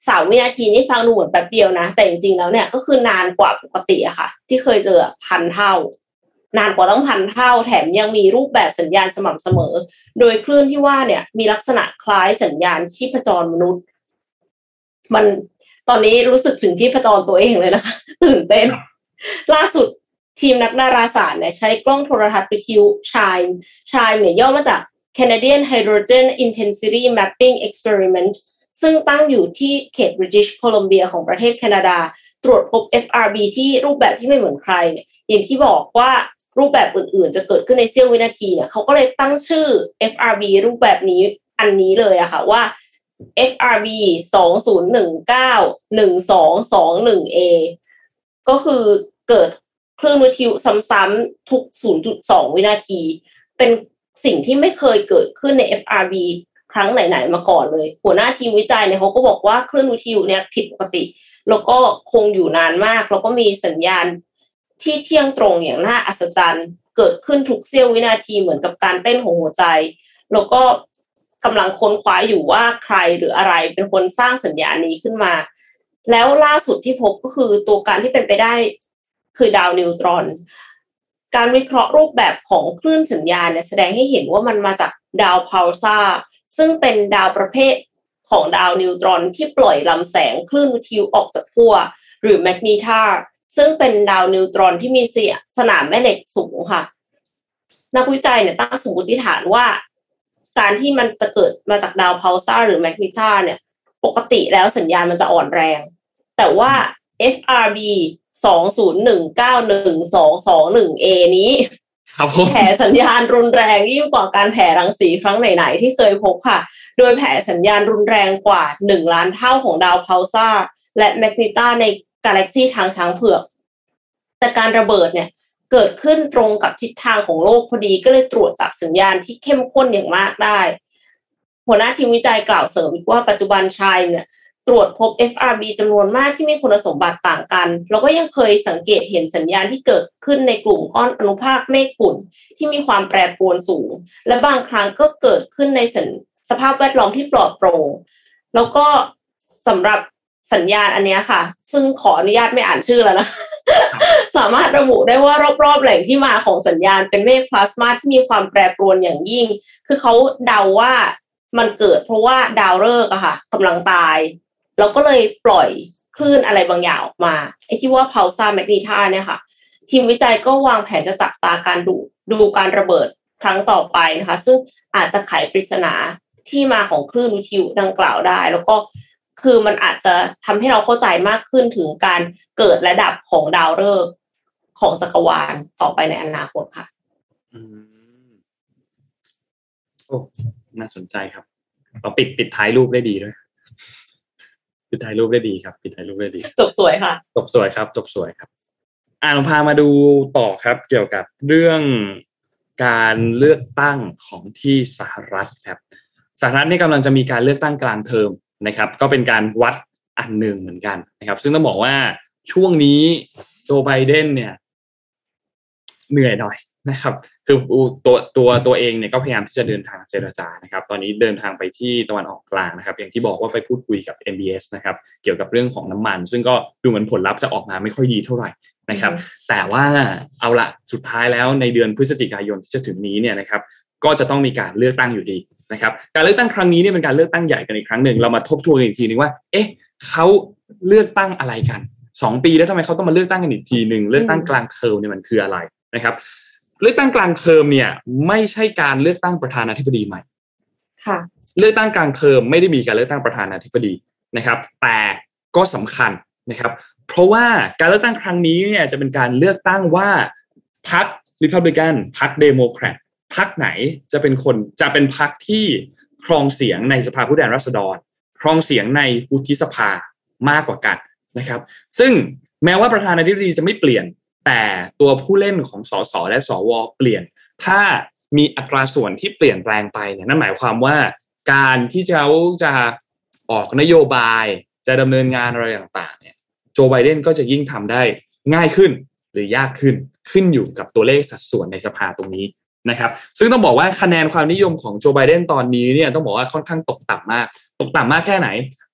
[SPEAKER 3] สามวินาทีนี่ฟังดูเหมือนแป๊บเดียวนะแต่จริงๆแล้วเนี่ยก็คือนานกว่าปกติอะค่ะที่เคยเจอพันเท่านานกว่าต้องพันเท่าแถมยังมีรูปแบบสัญญาณสม่ำเสมอโดยคลื่นที่ว่าเนี่ยมีลักษณะคล้ายสัญญาณชีพจรมนุษย์มันตอนนี้รู้สึกถึงชีพจรตัวเองเลยนะคะตื่นเต้นล่าสุดทีมนักดาราศาสตร์เนี่ยใช้กล้องโทรทัศน์วิทยุ ชายม์ ชายม์ เนี่ยย่อมาจาก Canadian Hydrogen Intensity Mapping Experiment ซึ่งตั้งอยู่ที่เขต British Columbia ของประเทศแคนาดาตรวจพบ เอฟ อาร์ บี ที่รูปแบบที่ไม่เหมือนใครเนี่ยอย่างที่บอกว่ารูปแบบอื่นๆจะเกิดขึ้นในเสี้ยววินาทีเนี่ยเขาก็เลยตั้งชื่อ เอฟ อาร์ บี รูปแบบนี้อันนี้เลยอะค่ะว่า เอฟ อาร์ บี สองศูนย์หนึ่งเก้า หนึ่งสองสองหนึ่ง เอ ก็คือเกิดคลื่นวิทยุซ้ำๆทุก ศูนย์จุดสอง วินาทีเป็นสิ่งที่ไม่เคยเกิดขึ้นใน เอฟ อาร์ บี ครั้งไหนๆมาก่อนเลยหัวหน้าทีมวิจัยเนี่ยเขาก็บอกว่าคลื่นวิทยุเนี่ยผิดปกติแล้วก็คงอยู่นานมากแล้วก็มีสัญญาณที่เที่ยงตรงอย่างน่าอัศจรรย์เกิดขึ้นทุกเสี้ยววินาทีเหมือนกับการเต้นของหัวใจแล้วก็กำลังค้นคว้าอยู่ว่าใครหรืออะไรเป็นคนสร้างสัญญาณนี้ขึ้นมาแล้วล่าสุดที่พบก็คือตัวการที่เป็นไปได้คือดาวนิวตรอนการวิเคราะห์รูปแบบของคลื่นสัญญาณเนี่ยแสดงให้เห็นว่ามันมาจากดาวพัลซาร์ซึ่งเป็นดาวประเภทของดาวนิวตรอนที่ปล่อยลำแสงคลื่นวิทยุออกจากขั้วหรือแมกนีตาร์ซึ่งเป็นดาวนิวตรอนที่มีเสียสนามแม่เหล็กสูงค่ะนักวิจัยเนี่ยตั้งสมมติฐานว่าการที่มันจะเกิดมาจากดาวพัลซาร์หรือแมกนีตาร์เนี่ยปกติแล้วสัญญาณมันจะอ่อนแรงแต่ว่า เอฟ อาร์ บี สองศูนย์หนึ่งเก้า หนึ่งสองสองหนึ่ง เอ นี้แผ่สัญญาณรุนแรงยิ่งกว่าการแผ่รังสีครั้งไหนๆที่เคยพบค่ะโดยแผ่สัญญาณรุนแรงกว่าหนึ่งล้านเท่าของดาวพัลซาร์และแมกนีตาร์ในกาแล็กซี่ทางช้างเผือกแต่การระเบิดเนี่ยเกิดขึ้นตรงกับทิศทางของโลกพอดีก็เลยตรวจจับสัญญาณที่เข้มข้นอย่างมากได้หัวหน้าทีมวิจัยกล่าวเสริมอีกว่าปัจจุบันชายเนี่ยตรวจพบ เอฟ อาร์ บี จำนวนมากที่มีคุณสมบัติต่างกันแล้วก็ยังเคยสังเกตเห็นสัญญาณที่เกิดขึ้นในกลุ่มก้อนอนุภาคเมฆฝุ่นที่มีความแปรปรวนสูงและบางครั้งก็เกิดขึ้นในสภาพแวดล้อมที่ปลอดโปร่งแล้วก็สำหรับสัญญาณอันนี้ค่ะซึ่งขออนุญาตไม่อ่านชื่อแล้วนะ สามารถระบุได้ว่ารอบๆแหล่งที่มาของสัญญาณเป็นเมฆพลาสมาที่มีความแปรปรวนอย่างยิ่งคือเขาเดาว่ามันเกิดเพราะว่าดาวฤกษ์อะค่ะกำลังตายแล้วก็เลยปล่อยคลื่นอะไรบางอย่างออกมาไอ้ที่ว่า pulsar magnetar เนี่ยค่ะทีมวิจัยก็วางแผนจะจับตาการดูดูการระเบิดครั้งต่อไปนะคะซึ่งอาจจะไขปริศนาที่มาของคลื่นวิทยุดังกล่าวได้แล้วก็คือมันอาจจะทำให้เราเข้าใจมากขึ้นถึงการเกิดและดับของดาวฤกษ์ของจักรวาลต่อไปในอนาคตค่ะ
[SPEAKER 2] อืมโอ้น่าสนใจครับเราปิดปิดท้ายรูปได้ดีด้วยปิดท้ายรูปได้ดีครับปิดท้ายรูปได้ดี
[SPEAKER 3] จบสวยค่ะ
[SPEAKER 2] จบสวยครับจบสวยครับอ่าเราพามาดูต่อครับเกี่ยวกับเรื่องการเลือกตั้งของที่สหรัฐครับสหรัฐนี่กำลังจะมีการเลือกตั้งกลางเทอมนะครับก็เป็นการวัดอันหนึ่งเหมือนกันนะครับซึ่งต้องบอกว่าช่วงนี้โจไบเดนเนี่ยเหนื่อยหน่อยนะครับคือตัวตัวตัวเองเนี่ยก็พยายามที่จะเดินทางเจรจานะครับตอนนี้เดินทางไปที่ตะวันออกกลางนะครับอย่างที่บอกว่าไปพูดคุยกับ เอ็ม บี เอส นะครับเกี่ยวกับเรื่องของน้ำมันซึ่งก็ดูเหมือนผลลัพธ์จะออกมาไม่ค่อยดีเท่าไหร่นะครับแต่ว่าเอาละสุดท้ายแล้วในเดือนพฤศจิกายนที่จะถึงนี้เนี่ยนะครับก็จะต้องมีการเลือกตั้งอยู่ดีนะครับการเลือกตั้งครั้งนี้เนี่ยเป็นการเลือกตั้งใหญ่กันอีกครั้งหนึ่งเรามาทบทวนอีกทีนึงว่าเอ๊ะเขาเลือกตั้งอะไรกันสองปีแล้วทำไมเขาต้องมาเลือกตั้งกันอีกทีนึงเลือกตั้งกลางเทอมเนี่ยมันคืออะไรนะครับเลือกตั้งกลางเทอมเนี่ยไม่ใช่การเลือกตั้งประธานาธิบดีใหม่
[SPEAKER 3] ค่ะ
[SPEAKER 2] เลือกตั้งกลางเทอมไม่ได้มีการเลือกตั้งประธานาธิบดีนะครับแต่ก็สำคัญนะครับเพราะว่าการเลือกตั้งครั้งนี้เนี่ยจะเป็นการเลือกตั้งว่าพรรค Republican พรรค Democrat พรรคไหนจะเป็นคนจะเป็นพรรคที่ครองเสียงในสภาผู้แทนราษฎรครองเสียงในวุฒิสภามากกว่ากันนะครับซึ่งแม้ว่าประธานาธิบดีจะไม่เปลี่ยนแต่ตัวผู้เล่นของสสและสวเปลี่ยนถ้ามีอัตราส่วนที่เปลี่ยนแปลงไปเนี่ยนั่นหมายความว่าการที่เขาจะออกนโยบายจะดำเนินงานอะไรต่างๆเนี่ยโจไบเดนก็จะยิ่งทำได้ง่ายขึ้นหรือยากขึ้นขึ้นอยู่กับตัวเลขสัดส่วนในสภาตรงนี้นะครับซึ่งต้องบอกว่าคะแนนความนิยมของโจไบเดนตอนนี้เนี่ยต้องบอกว่าค่อนข้างตกต่ำมากตกต่ำมากแค่ไหน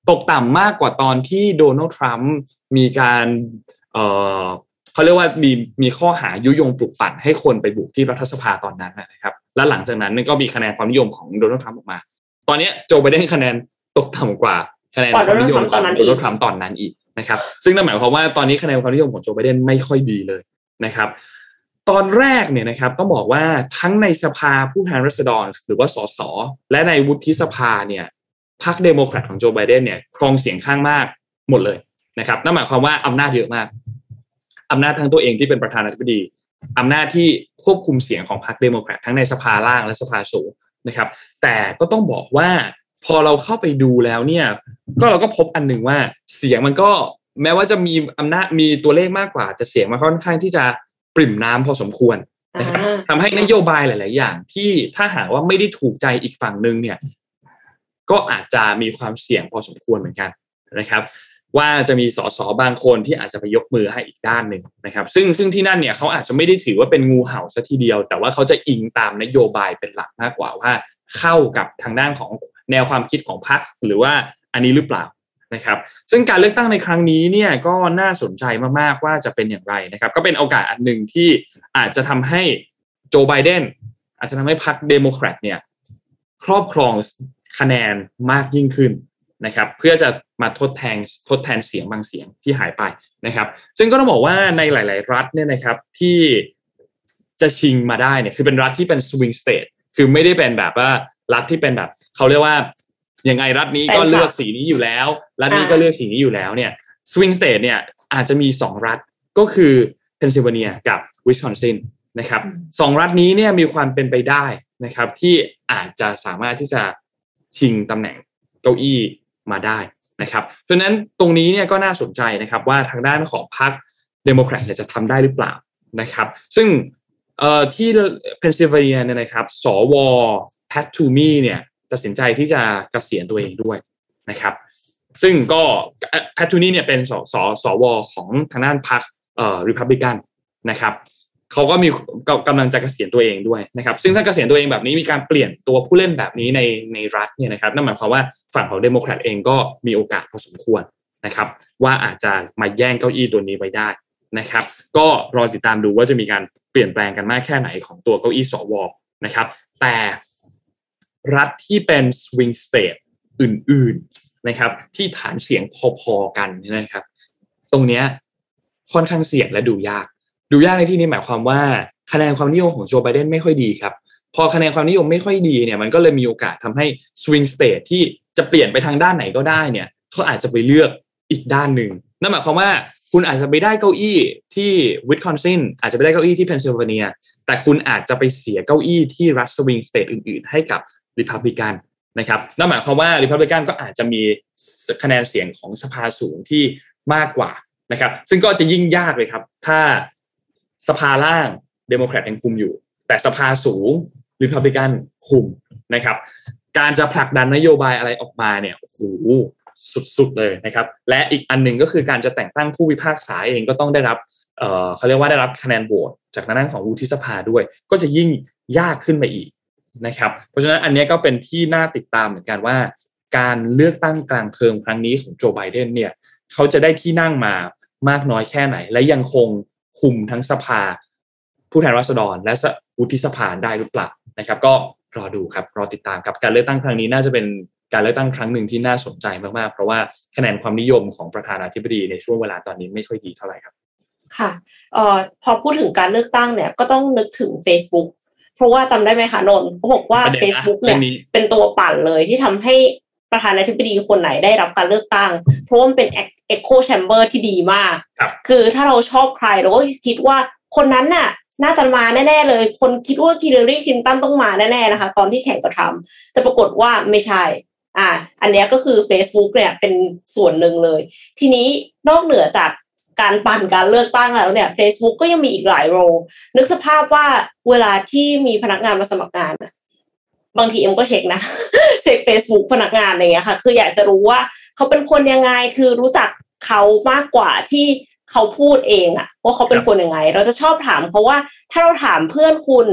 [SPEAKER 2] ตกต่ำมากกว่าตอนที่โดนัลด์ทรัมป์มีการเอ่อเขาเรียกว่ามีมีข้อหายุยงปลุกปั่นให้คนไปบุกที่รัฐสภาตอนนั้นนะครับและหลังจากนั้นก็มีคะแนนความนิยมของโดนัลด์ทรัมป์ออกมาตอนนี้โจไบเดนคะแนนตกต่ำกว่าคะแนนความนิยมของโดนัลด์ทรัมป์ตอนนั้นอีกนะครับซึ่งนั่นหมายความว่าตอนนี้คะแนนความนิยมของโจไบเดนไม่ค่อยดีเลยนะครับตอนแรกเนี่ยนะครับต้องบอกว่าทั้งในสภาผู้แทนราษฎรหรือว่าสสและในวุฒิสภาเนี่ยพรรคเดโมแครตของโจไบเดนเนี่ยครองเสียงข้างมากหมดเลยนะครับนั่นหมายความว่าอำนาจเยอะมากอำนาจทั้งตัวเองที่เป็นประธานาธิบดีอำนาจที่ควบคุมเสียงของพรรคเดโมแครตทั้งในสภาล่างและสภาสูงนะครับแต่ก็ต้องบอกว่าพอเราเข้าไปดูแล้วเนี่ยก็เราก็พบอันหนึ่งว่าเสียงมันก็แม้ว่าจะมีอำนาจมีตัวเลขมากกว่าจะเสียงมันค่อนข้างที่จะปริ่มน้ำพอสมควรนะครับทำให้นโยบายหลายๆอย่างที่ถ้าหากว่าไม่ได้ถูกใจอีกฝั่งนึงเนี่ยก็อาจจะมีความเสี่ยงพอสมควรเหมือนกันนะครับว่าจะมีสสบางคนที่อาจจะไปยกมือให้อีกด้านหนึ่งนะครับซึ่งซึ่งที่นั่นเนี่ยเขาอาจจะไม่ได้ถือว่าเป็นงูเห่าซะทีเดียวแต่ว่าเขาจะอิงตามนโยบายเป็นหลักมากกว่าว่าเข้ากับทางด้านของแนวความคิดของพรรคหรือว่าอันนี้หรือเปล่านะครับซึ่งการเลือกตั้งในครั้งนี้เนี่ยก็น่าสนใจมากๆว่าจะเป็นอย่างไรนะครับก็เป็นโอกาสอันหนึ่งที่อาจจะทำให้โจไบเดนอาจจะทำให้พรรคเดโมแครตเนี่ยครอบครองคะแนนมากยิ่งขึ้นนะครับเพื่อจะมาทดแทนทดแทนเสียงบางเสียงที่หายไปนะครับซึ่งก็ต้องบอกว่าในหลายๆรัฐเนี่ยนะครับที่จะชิงมาได้เนี่ยคือเป็นรัฐที่เป็น swing state คือไม่ได้เป็นแบบว่ารัฐที่เป็นแบบเขาเรียกว่ายังไงรัฐนี้ก็เลือกสีนี้อยู่แล้วรัฐนี้ก็เลือกสีนี้อยู่แล้วเนี่ย swing state เนี่ยอาจจะมีสองรัฐก็คือเพนซิลเวเนียกับวิสคอนซินนะครับสองรัฐนี้เนี่ยมีความเป็นไปได้นะครับที่อาจจะสามารถที่จะชิงตำแหน่งเก้าอี้มาได้นะครับเพราะฉะนั้นตรงนี้เนี่ยก็น่าสนใจนะครับว่าทางด้านของพรรคเดโมแครตเนี่ยจะทำได้หรือเปล่านะครับซึ่งเอ่อที่เพนซิลเวเนียเนี่ยนะครับสวแพททูมีเนี่ยตัดสินใจที่จะเกษียณตัวเองด้วยนะครับซึ่งก็แพททูมีเนี่ยเป็นสสสวของทางด้านพรรคเอ่อริพับลิกันนะครับเขาก็มีกำลังจะเกษียณตัวเองด้วยนะครับซึ่งถ้าเกษียณตัวเองแบบนี้มีการเปลี่ยนตัวผู้เล่นแบบนี้ในในรัฐเนี่ยนะครับนั่นหมายความว่าฝั่งของเดโมแครตเองก็มีโอกาสพอสมควรนะครับว่าอาจจะมาแย่งเก้าอี้ตัวนี้ไว้ได้นะครับก็รอติดตามดูว่าจะมีการเปลี่ยนแปลงกันมากแค่ไหนของตัวเก้าอี้สวนะครับแต่รัฐที่เป็น swing state อื่นๆนะครับที่ฐานเสียงพอๆกันนะครับตรงเนี้ยค่อนข้างเสี่ยงและดูยากดูยากในที่นี้หมายความว่าคะแนนความนิยมของโจไบเดนไม่ค่อยดีครับพอคะแนนความนิยมไม่ค่อยดีเนี่ยมันก็เลยมีโอกาสทำให้ swing state ที่จะเปลี่ยนไปทางด้านไหนก็ได้เนี่ยเขาอาจจะไปเลือกอีกด้านหนึ่งนั่นหมายความว่าคุณอาจจะไปได้เก้าอี้ที่วิสคอนซินอาจจะไปได้เก้าอี้ที่เพนซิลเวเนียแต่คุณอาจจะไปเสียเก้าอี้ที่รัฐ swing state อื่นๆให้กับริพับลิกันนะครับนั่นหมายความว่าริพับลิกันก็อาจจะมีคะแนนเสียงของสภาสูงที่มากกว่านะครับซึ่งก็จะยิ่งยากเลยครับถ้าสภาล่างเดโมแครตยังคุมอยู่แต่สภาสูงริพับลิกันคุมนะครับการจะผลักดันนโยบายอะไรออกมาเนี่ยโอ้โหสุดๆเลยนะครับและอีกอันหนึ่งก็คือการจะแต่งตั้งผู้พิพากษาเองก็ต้องได้รับเอ่อเขาเรียกว่าได้รับคะแนนโหวตจากทางด้านของวุฒิสภาด้วยก็จะยิ่งยากขึ้นไปอีกนะครับเพราะฉะนั้นอันนี้ก็เป็นที่น่าติดตามเหมือนกันว่าการเลือกตั้งกลางเทอมครั้งนี้ของโจไบเดนเนี่ยเขาจะได้ที่นั่งมามากน้อยแค่ไหนและยังคงคุมทั้งสภาผู้แทนราษฎรและวุฒิสภาได้หรือเปล่านะครับก็รอดูครับรอติดตามครับการเลือกตั้งครั้งนี้น่าจะเป็นการเลือกตั้งครั้งหนึ่งที่น่าสนใจมากๆเพราะว่าคะแนนความนิยมของประธานาธิบดีในช่วงเวลาตอนนี้ไม่ค่อยดีเท่าไหร่ครับ
[SPEAKER 3] ค่ะเอ่อพอพูดถึงการเลือกตั้งเนี่ยก็ต้องนึกถึง Facebook เพราะว่าจำได้ไหมคะนนท์เขาบอกว่า Facebook เนี่ยเป็นตัวปั่นเลยที่ทำให้ประธานาธิบดีคนไหนได้รับการเลือกตั้งเพราะว่ามันเป็น echo chamber ที่ดีมากคือถ้าเราชอบใครเราก็คิดว่าคนนั้นน่ะน่าจะมาแน่ๆเลยคนคิดว่าฮิลลารีคลินตันต้องมาแน่ๆนะคะตอนที่แข่งกับทรัมป์แต่ปรากฏว่าไม่ใช่อ่าอันนี้ก็คือ Facebook เนี่ยเป็นส่วนหนึ่งเลยทีนี้นอกเหนือจากการปั่นการเลือกตั้งแล้วเนี่ย Facebook ก็ยังมีอีกหลายโรลนึกสภาพว่าเวลาที่มีพนักงานมาสมัครงานบางทีเอ็มก็เช็คนะเช็ค Facebook พนักงานอะไรเงี้ยค่ะคืออยากจะรู้ว่าเขาเป็นคนยังไงคือรู้จักเขามากกว่าที่เขาพูดเองอะว่าเขาเป็นคนยังไงเราจะชอบถามเขาว่าถ้าเราถามเพื่อนคุณ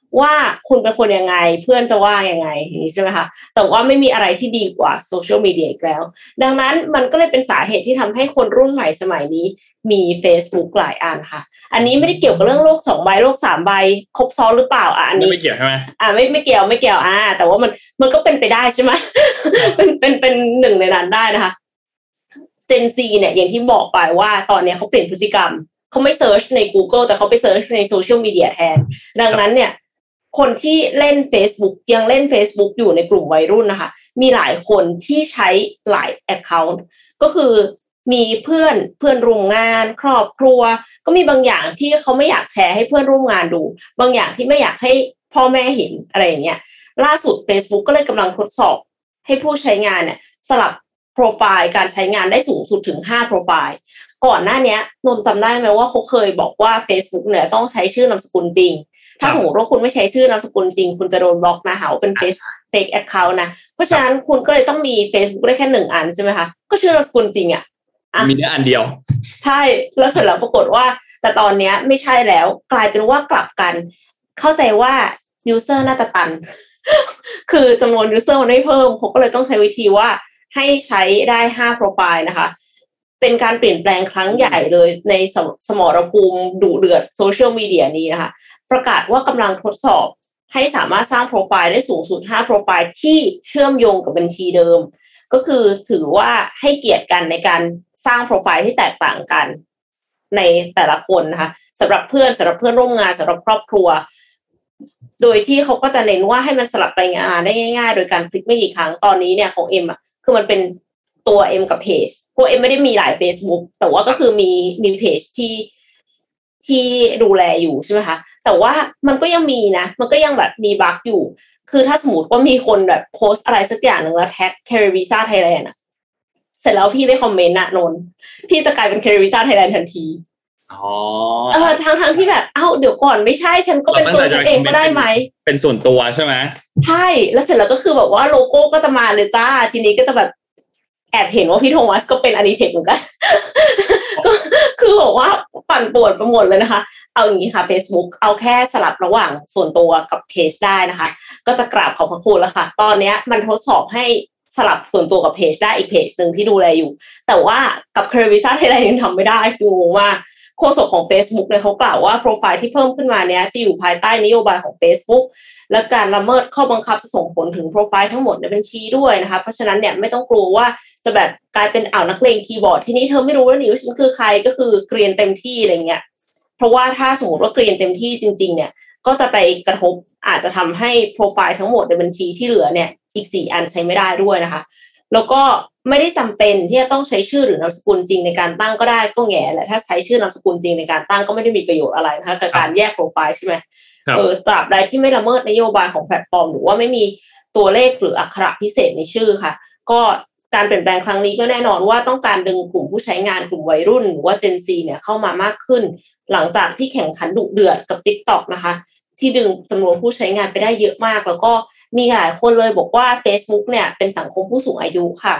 [SPEAKER 3] ว่าคุณเป็นคนยังไงเพื่อนจะว่ายังไงอย่างนี้ใช่ไหมคะแต่ว่าไม่มีอะไรที่ดีกว่าโซเชียลมีเดียอีกแล้วดังนั้นมันก็เลยเป็นสาเหตุที่ทำให้คนรุ่นใหม่สมัยนี้มี Facebook หลายอันค่ะอันนี้ไม่ได้เกี่ยวกับเรื่องโลกสองใบโลกสามใบครบซ้อนหรือเปล่าอ่ะอันนี้
[SPEAKER 2] ไม่เกี่ยวใช่ไหม
[SPEAKER 3] อ่าไม่ไม่เกี่ยวไม่เกี่ยวอ่าแต่ว่ามันมันก็เป็นไปได้ใช่ไหม เป็นเป็นเป็นหนึ่งในนั้นได้นะคะเจนซีเนี่ยอย่างที่บอกไปว่าตอนนี้เขาเปลี่ยนพฤติกรรมเขาไม่เซิร์ชใน Google แต่เขาไปเซิร์ชในโซเชียลมีเดียแทนดังนั้นเนี่ยคนที่เล่น Facebook ยังเล่น Facebook อยู่ในกลุ่มวัยรุ่นนะคะมีหลายคนที่ใช้หลาย account ก็คือมีเพื่อนเพื่อนร่วมงานครอบครัวก็มีบางอย่างที่เขาไม่อยากแชร์ให้เพื่อนร่วมงานดูบางอย่างที่ไม่อยากให้พ่อแม่เห็นอะไรอย่างเงี้ยล่าสุด Facebook ก็เลยกำลังทดสอบให้ผู้ใช้งานเนี่ยสลับโปรไฟล์การใช้งานได้สูงสุดถึงห้าโปรไฟล์ก่อนหน้านี้นนจำได้ไหมว่าเขาเคยบอกว่า Facebook เนี่ยต้องใช้ชื่อนามสกุลจริงถ้าสมมติว่าคุณไม่ใช้ชื่อนามสกุลจริงคุณจะโดนบล็อกนะหาว่าเป็น fake account นะเพราะฉะนั้นคุณก็เลยต้องมี Facebook ได้แค่หนึ่งอันใช่ไหมคะก็ชื่อนามสกุลจริงอ่ะ
[SPEAKER 2] มีแค่อันเดียว
[SPEAKER 3] ใช่แล้วเสร็จแล้วปรากฏว่าแต่ตอนนี้ไม่ใช่แล้วกลายเป็นว่ากลับกันเข้าใจว่า user น่าจะตัน คือจำนวน user มันไม่เพิ่มเขาก็เลยต้องใช้วิธีว่าให้ใช้ได้ห้าโปรไฟล์นะคะเป็นการเปลี่ยนแปลงครั้งใหญ่เลยในสมรภูมิดุเดือดโซเชียลมีเดียนี้นะคะประกาศว่ากำลังทดสอบให้สามารถสร้างโปรไฟล์ได้สูงสุดห้าโปรไฟล์ที่เชื่อมโยงกับบัญชีเดิมก็คือถือว่าให้เกียรติกันในการสร้างโปรไฟล์ที่แตกต่างกันในแต่ละคนนะคะสำหรับเพื่อนสำหรับเพื่อนร่วมงานสำหรับครอบครัวโดยที่เขาก็จะเน้นว่าให้มันสลับไปงานได้ง่ายๆโดยการคลิกไม่กี่ครั้งตอนนี้เนี่ยของเอ็มอ่ะคือมันเป็นตัวเอ็มกับเพจพวกเอ็มไม่ได้มีหลาย Facebook แต่ว่าก็คือมีมีเพจที่ที่ดูแลอยู่ใช่ไหมคะแต่ว่ามันก็ยังมีนะมันก็ยังแบบมีบั๊กอยู่คือถ้าสมมติว่ามีคนแบบโพสอะไรสักอย่างหนึ่งแล้วแท็ก Kerevisa Thailand อ่ะเสร็จแล้วพี่ไปคอมเมนต์นะนนพี่จะกลายเป็น Kerevisa Thailand ทันที
[SPEAKER 2] อ๋อ
[SPEAKER 3] เออทั้งทั้งที่แบบเอ้าเดี๋ยวก่อนไม่ใช่ฉันก็เป็นตัวฉันเองก็ได้ไหม
[SPEAKER 2] เป็นส่วนตัวใช่ไหม
[SPEAKER 3] ใช่แล้วเสร็จแล้วก็คือแบบว่าโลโก้ก็จะมาเลยจ้าทีนี้ก็จะแบบแอบเห็นว่าพี่โทมัสก็เป็นอาร์คิเทคเหมือนกันก็คือบอกว่าปั่นป่วนไปหมดเลยนะคะเอาอย่างนี้ค่ะ Facebook เอาแค่สลับระหว่างส่วนตัวกับเพจได้นะคะก็จะกราบขอบพระคุณแล้วค่ะตอนนี้มันทดสอบให้สลับส่วนตัวกับเพจได้อีกเพจนึงที่ดูแลอยู่แต่ว่ากับ Kerevisa Thailand ยังทำไม่ได้คืองงมากโฆษกของ Facebook เนี่ยเขากล่าวว่าโปรไฟล์ที่เพิ่มขึ้นมาเนี้ยจะอยู่ภายใต้นโยบายของ Facebook และการละเมิดข้อบังคับจะส่งผลถึงโปรไฟล์ทั้งหมดในบัญชีด้วยนะคะเพราะฉะนั้นเนี่ยไม่ต้องกลัวว่าจะแบบกลายเป็นอ่าวนักเลงคีย์บอร์ดที่นี่เธอไม่รู้แล้วนี่ว่าฉันคือใครก็คือเกรียนเต็มที่อะไรเงี้ยเพราะว่าถ้าสมมติว่าเกรียนเต็มที่จริงๆเนี่ยก็จะไปกระทบอาจจะทำให้โปรไฟล์ทั้งหมดในบัญชีที่เหลือเนี่ยอีกสี่อันใช้ไม่ได้ด้วยนะคะแล้วก็ไม่ได้จำเป็นที่จะต้องใช้ชื่อหรือนามสกุลจริงในการตั้งก็ได้ก็แง่แหละถ้าใช้ชื่อนามสกุลจริงในการตั้งก็ไม่ได้มีประโยชน์อะไรนะคะกับการแยกโปรไฟล์ใช่ไหมเออตราบใดที่ไม่ละเมิดนโยบายของแพลตฟอร์มหรือว่าไม่มีตัวเลขหรืออักขระพิเศษในชื่อค่ะก็การเปลี่ยนแปลงครั้งนี้ก็แน่นอนว่าต้องการดึงกลุ่มผู้ใช้งานกลุ่มวัยรุ่นหรือว่า Gen Z เนี่ยเข้ามามากขึ้นหลังจากที่แข่งขันดุเดือดกับ TikTok นะคะที่ดึงจำนวนผู้ใช้งานไปได้เยอะมากแล้วก็มีหลายคนเลยบอกว่า Facebook เนี่ยเป็นสังคมผู้สูงอายุค่ะ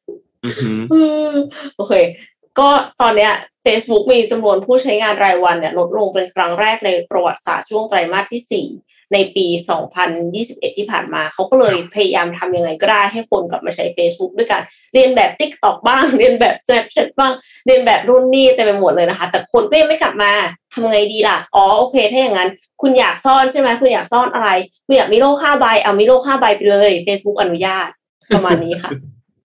[SPEAKER 3] โอเคก็ตอนเนี้ย Facebook มีจำนวนผู้ใช้งานรายวันเนี่ยลดลงเป็นครั้งแรกในประวัติศาสตร์ช่วงไตรมาสที่สี่ในปีสองพันยี่สิบเอ็ดที่ผ่านมาเขาก็เลยพยายามทำยังไงก็ได้ให้คนกลับมาใช้ Facebook ด้วยกันเรียนแบบ TikTok บ้างเรียนแบบ Snapchat บ้างเรียนแบบรุ่นนี้เต็มไปหมดเลยนะคะแต่คนก็ยังไม่กลับมาทำไงดีล่ะอ๋อโอเคถ้าอย่างนั้นคุณอยากซ่อนใช่ไหมคุณอยากซ่อนอะไรคุณอยากมีโลกห้าใบเอามีโลกห้าใบไปเลย Facebook อนุญาตประมาณนี้ค่ะ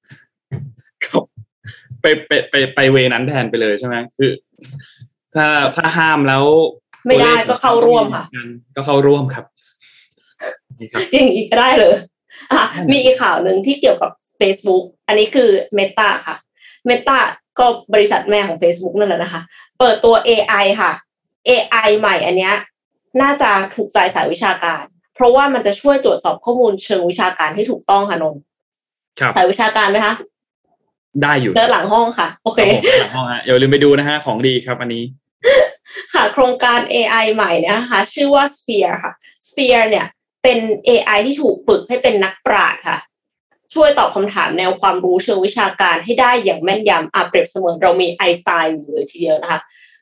[SPEAKER 2] ไปไปไปไปเวนั้นแทนไปเลยใช่ไหมคือถ้าถ้าห้ามแล้ว
[SPEAKER 3] ไม่ได้ก็เข้าร่วมค่ะ
[SPEAKER 2] ก็เข้าร่วมครับ
[SPEAKER 3] อย่างนี้ก็ได้เลยอ่ะมีอีกข่าวหนึ่งที่เกี่ยวกับ Facebook อันนี้คือ Meta ค่ะ Meta ก็บริษัทแม่ของ Facebook นั่นแหละนะคะเปิดตัว เอ ไอ ค่ะ เอ ไอ ใหม่อันเนี้ยน่าจะถูกใจสายวิชาการเพราะว่ามันจะช่วยตรวจสอบข้อมูลเชิงวิชาการที่ถูกต้องค่ะนนท์สายวิชาการไหมคะ
[SPEAKER 2] ได้อยู่
[SPEAKER 3] เดินหลังห้องค่ะโอเค
[SPEAKER 2] หลังห้องฮะอย่าลืมไปดูนะฮะของดีครับอันนี้
[SPEAKER 3] ค่ะโครงการ เอ ไอ ใหม่เนี่ยนะคะชื่อว่า Sphere ค่ะ Sphere เนี่ยเป็น เอ ไอ ที่ถูกฝึกให้เป็นนักปราชญ์ค่ะช่วยตอบคำถามแนวความรู้เชิงวิชาการให้ได้อย่างแม่นยำอ่ะเปรียบเสมือนเรามีไอน์สไตน์อยู่เลยทีเดียวนะคะ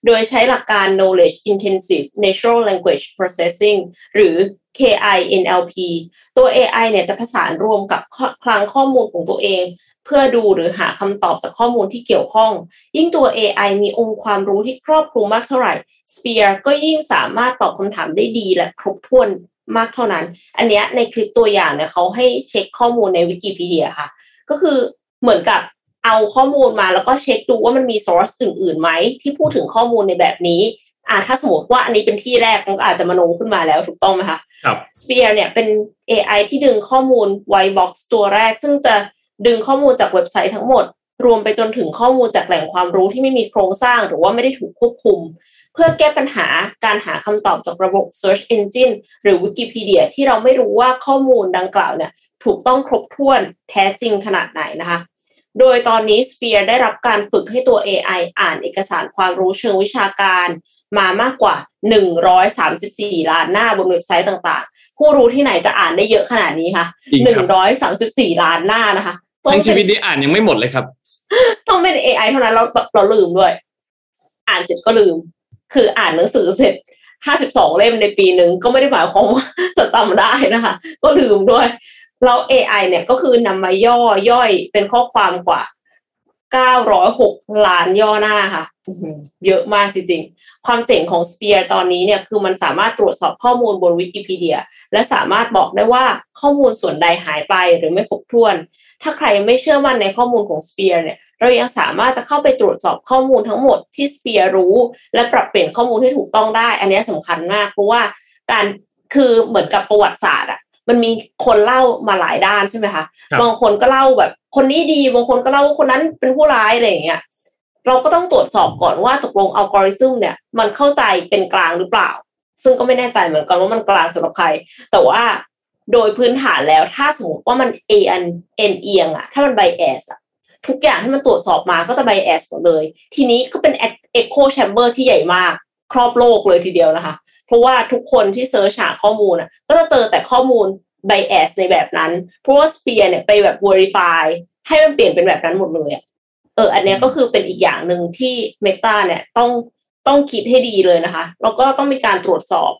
[SPEAKER 3] โดยใช้หลักการ knowledge intensive natural language processing หรือ เค ไอ เอ็น แอล พี ตัว เอ ไอ เนี่ยจะผสานรวมกับคลังข้อมูลของตัวเองเพื่อดูหรือหาคำตอบจากข้อมูลที่เกี่ยวข้องยิ่งตัว เอ ไอ มีองค์ความรู้ที่ครอบคลุมมากเท่าไหร่ Sphere ก็ยิ่งสามารถตอบคำถามได้ดีและครบถ้วนมากเท่านั้นอันเนี้ยในคลิปตัวอย่างเนี่ยเขาให้เช็คข้อมูลในวิกิพีเดียค่ะก็คือเหมือนกับเอาข้อมูลมาแล้วก็เช็คดูว่ามันมี source อื่นๆไหมที่พูดถึงข้อมูลในแบบนี้อ่าถ้าสมมติว่าอันนี้เป็นที่แรกมันก็อาจจะมโนขึ้นมาแล้วถูกต้องไหมคะ
[SPEAKER 2] ครับ
[SPEAKER 3] Sphere เนี่ยเป็น เอ ไอ ที่ดึงข้อมูล White Box ตัวแรกซึ่งจะดึงข้อมูลจากเว็บไซต์ทั้งหมดรวมไปจนถึงข้อมูลจากแหล่งความรู้ที่ไม่มีโครงสร้างหรือว่าไม่ได้ถูกควบคุมเพื่อแก้ปัญหาการหาคำตอบจากระบบ Search Engine หรือ Wikipedia ที่เราไม่รู้ว่าข้อมูลดังกล่าวเนี่ยถูกต้องครบถ้วนแท้จริงขนาดไหนนะคะโดยตอนนี้ Sphere ได้รับการฝึกให้ตัว เอ ไอ อ่านเอกสารความรู้เชิงวิชาการมามากกว่าหนึ่งร้อยสามสิบสี่ล้านหน้าบนเว็บไซต์ต่างๆผู้รู้ที่ไหนจะอ่านได้เยอะขนาดนี้คะหนึ่งร้อยสามสิบสี่ล้านหน้านะคะ
[SPEAKER 2] ทั้งชีวิตนี้อ่านยังไม่หมดเลยครับ
[SPEAKER 3] ต้องเป็น เอ ไอ เท่านั้นเราเราลืมด้วยอ่านเสร็จก็ลืมคืออ่านหนังสือเสร็จห้าสิบสองเล่มในปีนึงก็ไม่ได้หมายความว่าจะจำได้นะคะก็ลืมด้วยแล้ว เอ ไอ เนี่ยก็คือนำมาย่อย่อยเป็นข้อความกว่าเก้าร้อยหกล้านย่อหน้าค่ะเยอะมากจริงๆความเจ๋งของ Sphere ตอนนี้เนี่ยคือมันสามารถตรวจสอบข้อมูลบน Wikipedia และสามารถบอกได้ว่าข้อมูลส่วนใดหายไปหรือไม่ครบถ้วนถ้าใครไม่เชื่อมั่นในข้อมูลของ Sphere เนี่ยเรายังสามารถจะเข้าไปตรวจสอบข้อมูลทั้งหมดที่ Sphere รู้และปรับเปลี่ยนข้อมูลที่ถูกต้องได้อันนี้สำคัญมากเพราะว่าการคือเหมือนกับประวัติศาสตร์อะมันมีคนเล่ามาหลายด้านใช่ไหมคะบางคนก็เล่าแบบคนนี้ดีบางคนก็เล่าว่าคนนั้นเป็นผู้ร้ายอะไรอย่างเงี้ยเราก็ต้องตรวจสอบก่อนว่าตกลงอัลกอริทึมเนี่ยมันเข้าใจเป็นกลางหรือเปล่าซึ่งก็ไม่แน่ใจเหมือนกันว่ามันกลางสำหรับใครแต่ว่าโดยพื้นฐานแล้วถ้าสมมติว่ามันเอ็นเอ็นเอียงอะถ้ามันไบแอสอะทุกอย่างที่มันตรวจสอบมาก็จะไบแอสหมดเลยทีนี้ก็เป็นเอ็กโคแชมเบอร์ที่ใหญ่มากครอบโลกเลยทีเดียวนะคะเพราะว่าทุกคนที่เซิร์ชหาข้อมูลอะก็จะเจอแต่ข้อมูลbias ในแบบนั้นเพราะว่า Sphere เนี่ยไปแบบ verify ให้มันเปลี่ยนเป็นแบบนั้นหมดเลยอ่ะเอออันเนี้ยก็คือเป็นอีกอย่างนึงที่ Meta เนี่ยต้องต้องคิดให้ดีเลยนะคะแล้วก็ต้องมีการตรวจสอบ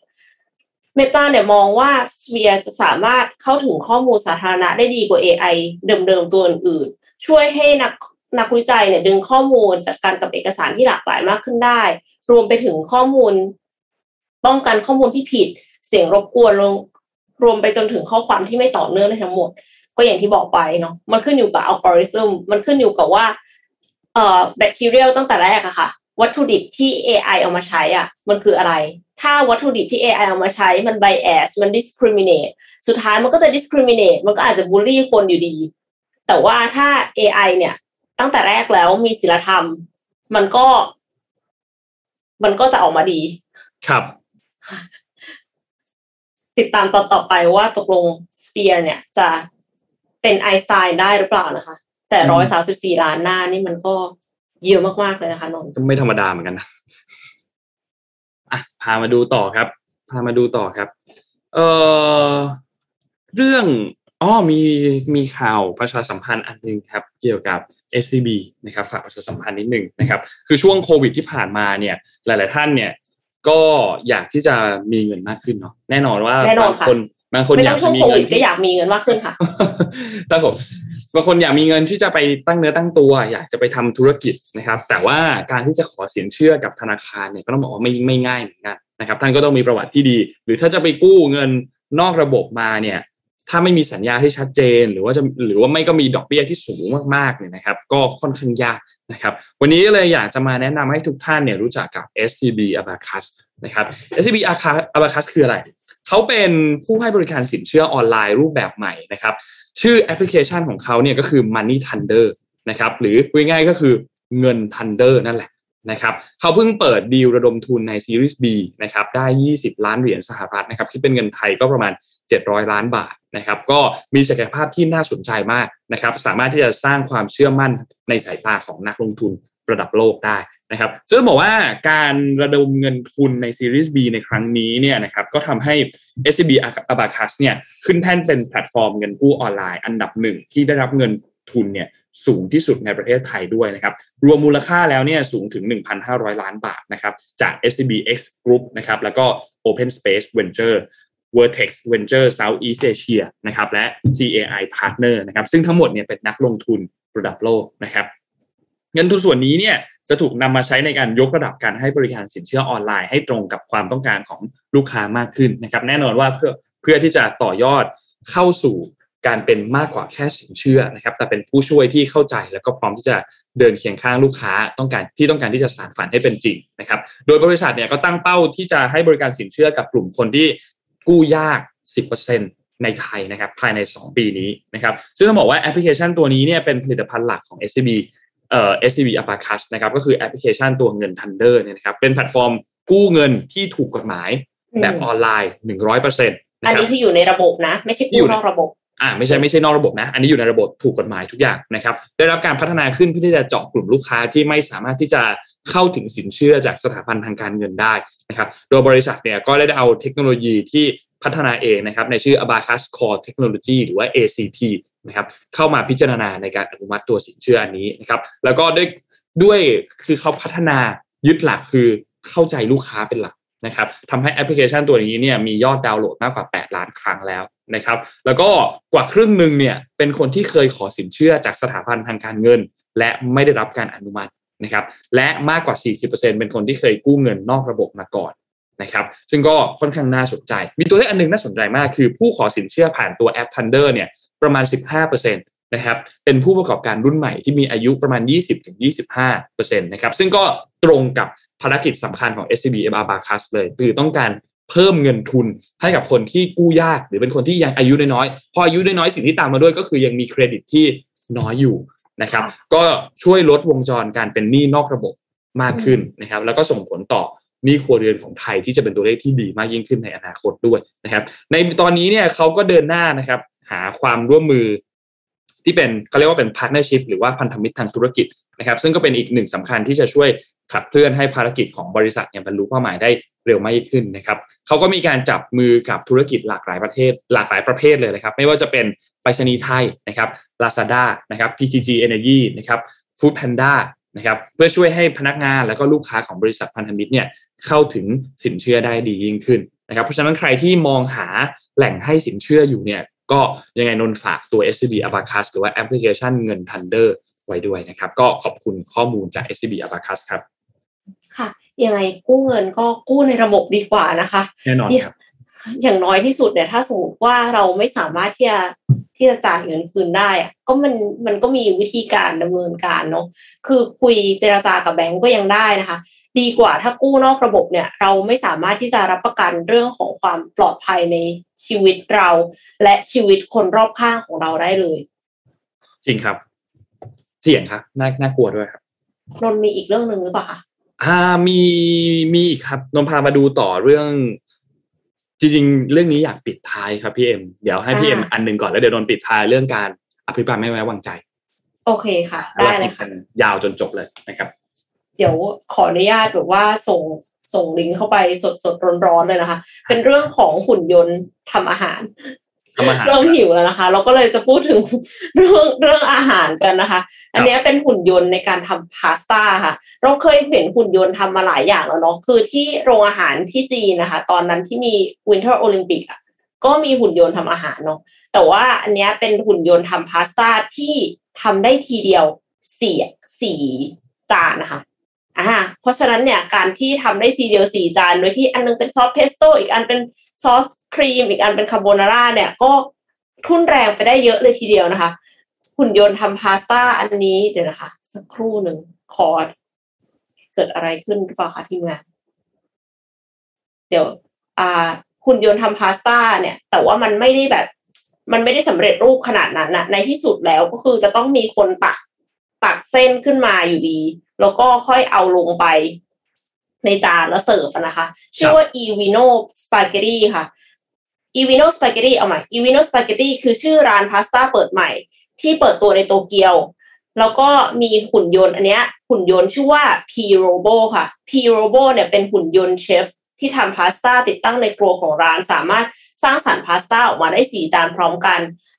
[SPEAKER 3] Meta เนี่ยมองว่า Sphere จะสามารถเข้าถึงข้อมูลสาธารณะได้ดีกว่า เอ ไอ เดิมๆตัวอื่นๆช่วยให้นักนักวิจัยเนี่ยดึงข้อมูลจัดการกับเอกสารที่หลากหลายมากขึ้นได้รวมไปถึงข้อมูลป้องกันข้อมูลที่ผิดเสียงรบกวนลงรวมไปจนถึงข้อความที่ไม่ต่อเนื่องได้ทั้งหมดก็อย่างที่บอกไปเนาะมันขึ้นอยู่กับอัลกอริทึมมันขึ้นอยู่กับว่าเอ่อแบคทีเรียลตั้งแต่แรกอะค่ะวัตถุดิบที่ เอ ไอ เอามาใช้อ่ะมันคืออะไรถ้าวัตถุดิบที่ เอ ไอ เอามาใช้มัน bias มัน discriminate สุดท้ายมันก็จะ discriminate มันก็อาจจะบูลลี่คนอยู่ดีแต่ว่าถ้า เอ ไอ เนี่ยตั้งแต่แรกแล้วมีศีลธรรมมันก็มันก็จะออกมาดี
[SPEAKER 2] ครับ
[SPEAKER 3] ติดตามตอนต่อไปว่าตกลง Sphere เนี่ยจะเป็นไอน์สไตน์ได้หรือเปล่านะคะแต่หนึ่งร้อยสามสิบสี่ล้านหน้านี่มันก็เยอะมากๆเลยนะคะนนท์
[SPEAKER 2] ก็ไม่ธรรมดาเหมือนกันนะอ่ะพามาดูต่อครับพามาดูต่อครับเอ่อเรื่องอ๋อมีมีข่าวประชาสัมพันธ์อันนึงครับเกี่ยวกับ เอส ซี บี นะครับฝากประชาสัมพันธ์นิดนึงนะครับคือช่วงโควิดที่ผ่านมาเนี่ยหลายๆท่านเนี่ยก็อยากที่จะมีเงินมากขึ้นเนาะแน่นอนว่าบางคนบางคนอยากมีเงิน
[SPEAKER 3] ก็อยากมีเงินมากขึ้นค่ะ
[SPEAKER 2] แต่ผมบางคนอยากมีเงินที่จะไปตั้งเนื้อตั้งตัวอยากจะไปทำธุรกิจนะครับแต่ว่าการที่จะขอสินเชื่อกับธนาคารเนี่ยก็ต้องบอกว่าไม่ไม่ง่ายเหมือนกันนะครับท่านก็ต้องมีประวัติที่ดีหรือถ้าจะไปกู้เงินนอกระบบมาเนี่ยถ้าไม่มีสัญญาที่ชัดเจนหรือว่าจะหรือว่าไม่ก็มีดอกเบี้ยที่สูงมากๆเนี่ยนะครับก็ค่อนข้างยากนะครับวันนี้เลยอยากจะมาแนะนำให้ทุกท่านเนี่ยรู้จักกับ เอส ซี บี Abacus นะครับ เอส ซี บี Abacus คืออะไรเขาเป็นผู้ให้บริการสินเชื่อออนไลน์รูปแบบใหม่นะครับชื่อแอปพลิเคชันของเขาเนี่ยก็คือ Money Thunder นะครับหรือง่ายๆก็คือเงิน Thunder นั่นแหละนะครับเขาเพิ่งเปิดดีลระดมทุนใน Series B นะครับได้ยี่สิบล้านเหรียญสหรัฐนะครับที่เป็นเงินไทยก็ประมาณเจ็ดร้อยล้านบาทนะครับก็มีศักยภาพที่น่าสนใจมากนะครับสามารถที่จะสร้างความเชื่อมั่นในสายตาของนักลงทุนระดับโลกได้นะครับซึ่งบอกว่าการระดมเงินทุนใน Series B ในครั้งนี้เนี่ยนะครับก็ทำให้ เอส ซี บี Abacus เนี่ยขึ้นแท่นเป็นแพลตฟอร์มเงินกู้ออนไลน์อันดับหนึ่งที่ได้รับเงินทุนเนี่ยสูงที่สุดในประเทศไทยด้วยนะครับรวมมูลค่าแล้วเนี่ยสูงถึง หนึ่งพันห้าร้อย ล้านบาทนะครับจาก เอส ซี บี X Group นะครับแล้วก็ Open Space Venture Vertex Venture Southeast Asia นะครับและ ซี เอ ไอ Partner นะครับซึ่งทั้งหมดเนี่ยเป็นนักลงทุนระดับโลกนะครับเงินทุนส่วนนี้เนี่ยจะถูกนำมาใช้ในการยกระดับการให้บริการสินเชื่อออนไลน์ให้ตรงกับความต้องการของลูกค้ามากขึ้นนะครับแน่นอนว่าเพื่อเพื่อที่จะต่อยอดเข้าสู่การเป็นมากกว่าแค่สินเชื่อนะครับแต่เป็นผู้ช่วยที่เข้าใจแล้วก็พร้อมที่จะเดินเคียงข้างลูกค้าต้องการที่ต้องการที่จะสานฝันให้เป็นจริงนะครับโดยบริษัทเนี่ยก็ตั้งเป้าที่จะให้บริการสินเชื่อกับกลุ่มคนที่กู้ยาก สิบเปอร์เซ็นต์ ในไทยนะครับภายในสองปีนี้นะครับซึ่งต้องบอกว่าแอปพลิเคชันตัวนี้เนี่ยเป็นผลิตภัณฑ์หลักของ เอส ซี บี เอ่อ เอส ซี บี Abacus นะครับก็คือแอปพลิเคชันตัวเงิน Thunder เนี่ยนะครับเป็นแพลตฟอร์มกู้เงินที่ถูกกฎหมายแบบออนไลน์ หนึ่งร้อยเปอร์เซ็นต์
[SPEAKER 3] อันนี้คืออยู่ในระบบนะไม่ใช่กู้นอกระบบ
[SPEAKER 2] อ่าไม่ใช่ไม่ใช่นอกระบบนะอันนี้อยู่ในระบบถูกกฎหมายทุกอย่างนะครับได้รับการพัฒนาขึ้นเพื่อที่จะเจาะกลุ่มลูกค้าที่ไม่สามารถที่จะเข้าถึงสินเชื่อจากสถาบันทางการเงินได้นะครับโดยบริษัทเนี่ยก็ได้เอาเทคโนโลยีที่พัฒนาเองนะครับในชื่อ Abacus Core Technology หรือว่า เอ ซี ที นะครับเข้ามาพิจารณาในการอนุมัติตัวสินเชื่ออันนี้นะครับแล้วก็ด้วยด้วยคือเขาพัฒนายึดหลักคือเข้าใจลูกค้าเป็นหลักนะครับทำให้แอปพลิเคชันตัวนี้เนี่ยมียอดดาวน์โหลดมากกว่าแปดล้านครั้งแล้วนะครับแล้วก็กว่าครึ่งนึงเนี่ยเป็นคนที่เคยขอสินเชื่อจากสถาบันทางการเงินและไม่ได้รับการอนุมัตินะครับและมากกว่า สี่สิบเปอร์เซ็นต์ เป็นคนที่เคยกู้เงินนอกระบบมาก่อนนะครับซึ่งก็ค่อนข้างน่าสนใจมีตัวเลขอันนึงน่าสนใจมากคือผู้ขอสินเชื่อผ่านตัวแอป Thunder เนี่ยประมาณ สิบห้าเปอร์เซ็นต์ นะครับเป็นผู้ประกอบการรุ่นใหม่ที่มีอายุประมาณ ยี่สิบถึงยี่สิบห้าเปอร์เซ็นต์ นะครับซึ่งก็ตรงกับภารกิจสำคัญของ เอส ซี บี Abacus เลยคือต้องการเพิ่มเงินทุนให้กับคนที่กู้ยากหรือเป็นคนที่ยังอายุน้อยๆพออายุน้อยๆสิ่งที่ตามมาด้วยก็คือยังมีเครดิตที่น้อยอยู่นะครับก็ช่วยลดวงจรการเป็นหนี้นอกระบบมากขึ้นนะครับแล้วก็ส่งผลต่อหนี้ครัวเรือนของไทยที่จะเป็นตัวเลขที่ดีมากยิ่งขึ้นในอนาคตด้วยนะครับในตอนนี้เนี่ยเขาก็เดินหน้านะครับหาความร่วมมือที่เป็นเขาเรียกว่าเป็น partnership หรือว่าพันธมิตรทางธุรกิจนะครับซึ่งก็เป็นอีกหนึ่งสำคัญที่จะช่วยขับเคลื่อนให้ภารกิจของบริษัทเนี่ยบรรลุเป้าหมายได้เร็วมากยิ่งขึ้นนะครับเขาก็มีการจับมือกับธุรกิจหลากหลายประเทศหลากหลายประเภทเลยนะครับไม่ว่าจะเป็นไปรษณีย์ไทยนะครับ Lazada นะครับ พี ที จี Energy นะครับ Food Panda นะครับเพื่อช่วยให้พนักงานแล้วก็ลูกค้าของบริษัทพันธมิตรเนี่ยเข้าถึงสินเชื่อได้ดียิ่งขึ้นนะครับเพราะฉะนั้นใครที่มองหาแหล่งให้สินเชื่ออยู่เนี่ยก็ยังไงนนฝากตัว เอส ซี บี Abacus หรือว่าแอปพลิเคชันเงิน Thunder ไว้ด้วยนะครับก็ขอบคุณข้อมูลจาก เอส ซี บี Abacus ครับ
[SPEAKER 3] ค่ะยังไงกู้เงินก็กู้ในระบบดีกว่านะคะ
[SPEAKER 2] แน่นอนครับ
[SPEAKER 3] อย่างน้อยที่สุดเนี่ยถ้าสมมติว่าเราไม่สามารถที่จะที่จะจ่ายเงินคืนได้อะก็มันมันก็มีวิธีการดำเนินการเนาะคือคุยเจรจากับแบงก์ก็ยังได้นะคะดีกว่าถ้ากู้นอกระบบเนี่ยเราไม่สามารถที่จะรับประกันเรื่องของความปลอดภัยในชีวิตเราและชีวิตคนรอบข้างของเราได้เลย
[SPEAKER 2] จริงครับเสี่ยงครับน่าน่ากลัวด้วยครับ
[SPEAKER 3] นนมีอีกเรื่องนึงหรือเปล่าคะ
[SPEAKER 2] อ่ามีมีอีกครับนนพามาดูต่อเรื่องจริงๆเรื่องนี้อยากปิดท้ายครับพี่เอ็มเดี๋ยวให้พี่เอ็มอันนึงก่อนแล้วเดี๋ยวนนปิดท้ายเรื่องการอภิปรายไม่ไว้วางใจ
[SPEAKER 3] โอเคค่ะได้เลยค่ะ
[SPEAKER 2] ยาวจนจบเลยนะครับ
[SPEAKER 3] เดี๋ยวขออนุญาตแบบว่าส่งส่งลิงก์เข้าไปสดๆร้อนๆเลยนะคะเป็นเรื่องของหุ่นยนต์ทำอาหารเริ่มหิวแล้วนะคะเราก็เลยจะพูดถึงเรื่องเรื่องอาหารกันนะคะอันนี้เป็นหุ่นยนต์ในการทำพาสต้าค่ะเราเคยเห็นหุ่นยนต์ทำมาหลายอย่างแล้วเนาะคือที่โรงอาหารที่จีนนะคะตอนนั้นที่มีวินเทอร์โอลิมปิกอ่ะก็มีหุ่นยนต์ทำอาหารเนาะแต่ว่าอันนี้เป็นหุ่นยนต์ทำพาสต้าที่ทำได้ทีเดียวสี่สี่จานนะคะอ่าเพราะฉะนั้นเนี่ยการที่ทำได้ทีเดียวสี่จานโดยที่อันนึงเป็นซอสเพสโต้อีกอันเป็นซอสครีมอีกอันเป็นคาโบนาร่าเนี่ยก็ทุ่นแรงไปได้เยอะเลยทีเดียวนะคะหุ่นยนต์ทำพาสต้าอันนี้เดี๋ยวนะคะสักครู่หนึ่งขอเกิดอะไรขึ้นหรือเปล่าคะทีมงานเดี๋ยวอ่าหุ่นยนต์ทำพาสต้าเนี่ยแต่ว่ามันไม่ได้แบบมันไม่ได้สำเร็จรูปขนาดนั้นนะในที่สุดแล้วก็คือจะต้องมีคนตักตักเส้นขึ้นมาอยู่ดีแล้วก็ค่อยเอาลงไปในจานแล้วเสิร์ฟนะคะชื่อว่า Evino Spaghetti ค่ะ Evino Spaghetti เอาใหม่ Evino Spaghetti คือชื่อร้านพาสต้าเปิดใหม่ที่เปิดตัวในโตเกียวแล้วก็มีหุ่นยนต์อันเนี้ยหุ่นยนต์ชื่อว่า P-Robo ค่ะ P-Robo เนี่ยเป็นหุ่นยนต์เชฟที่ทำพาสต้าติดตั้งในครัวของร้านสามารถสร้างสรรค์พาสต้าออกมาได้สี่จานพร้อมกัน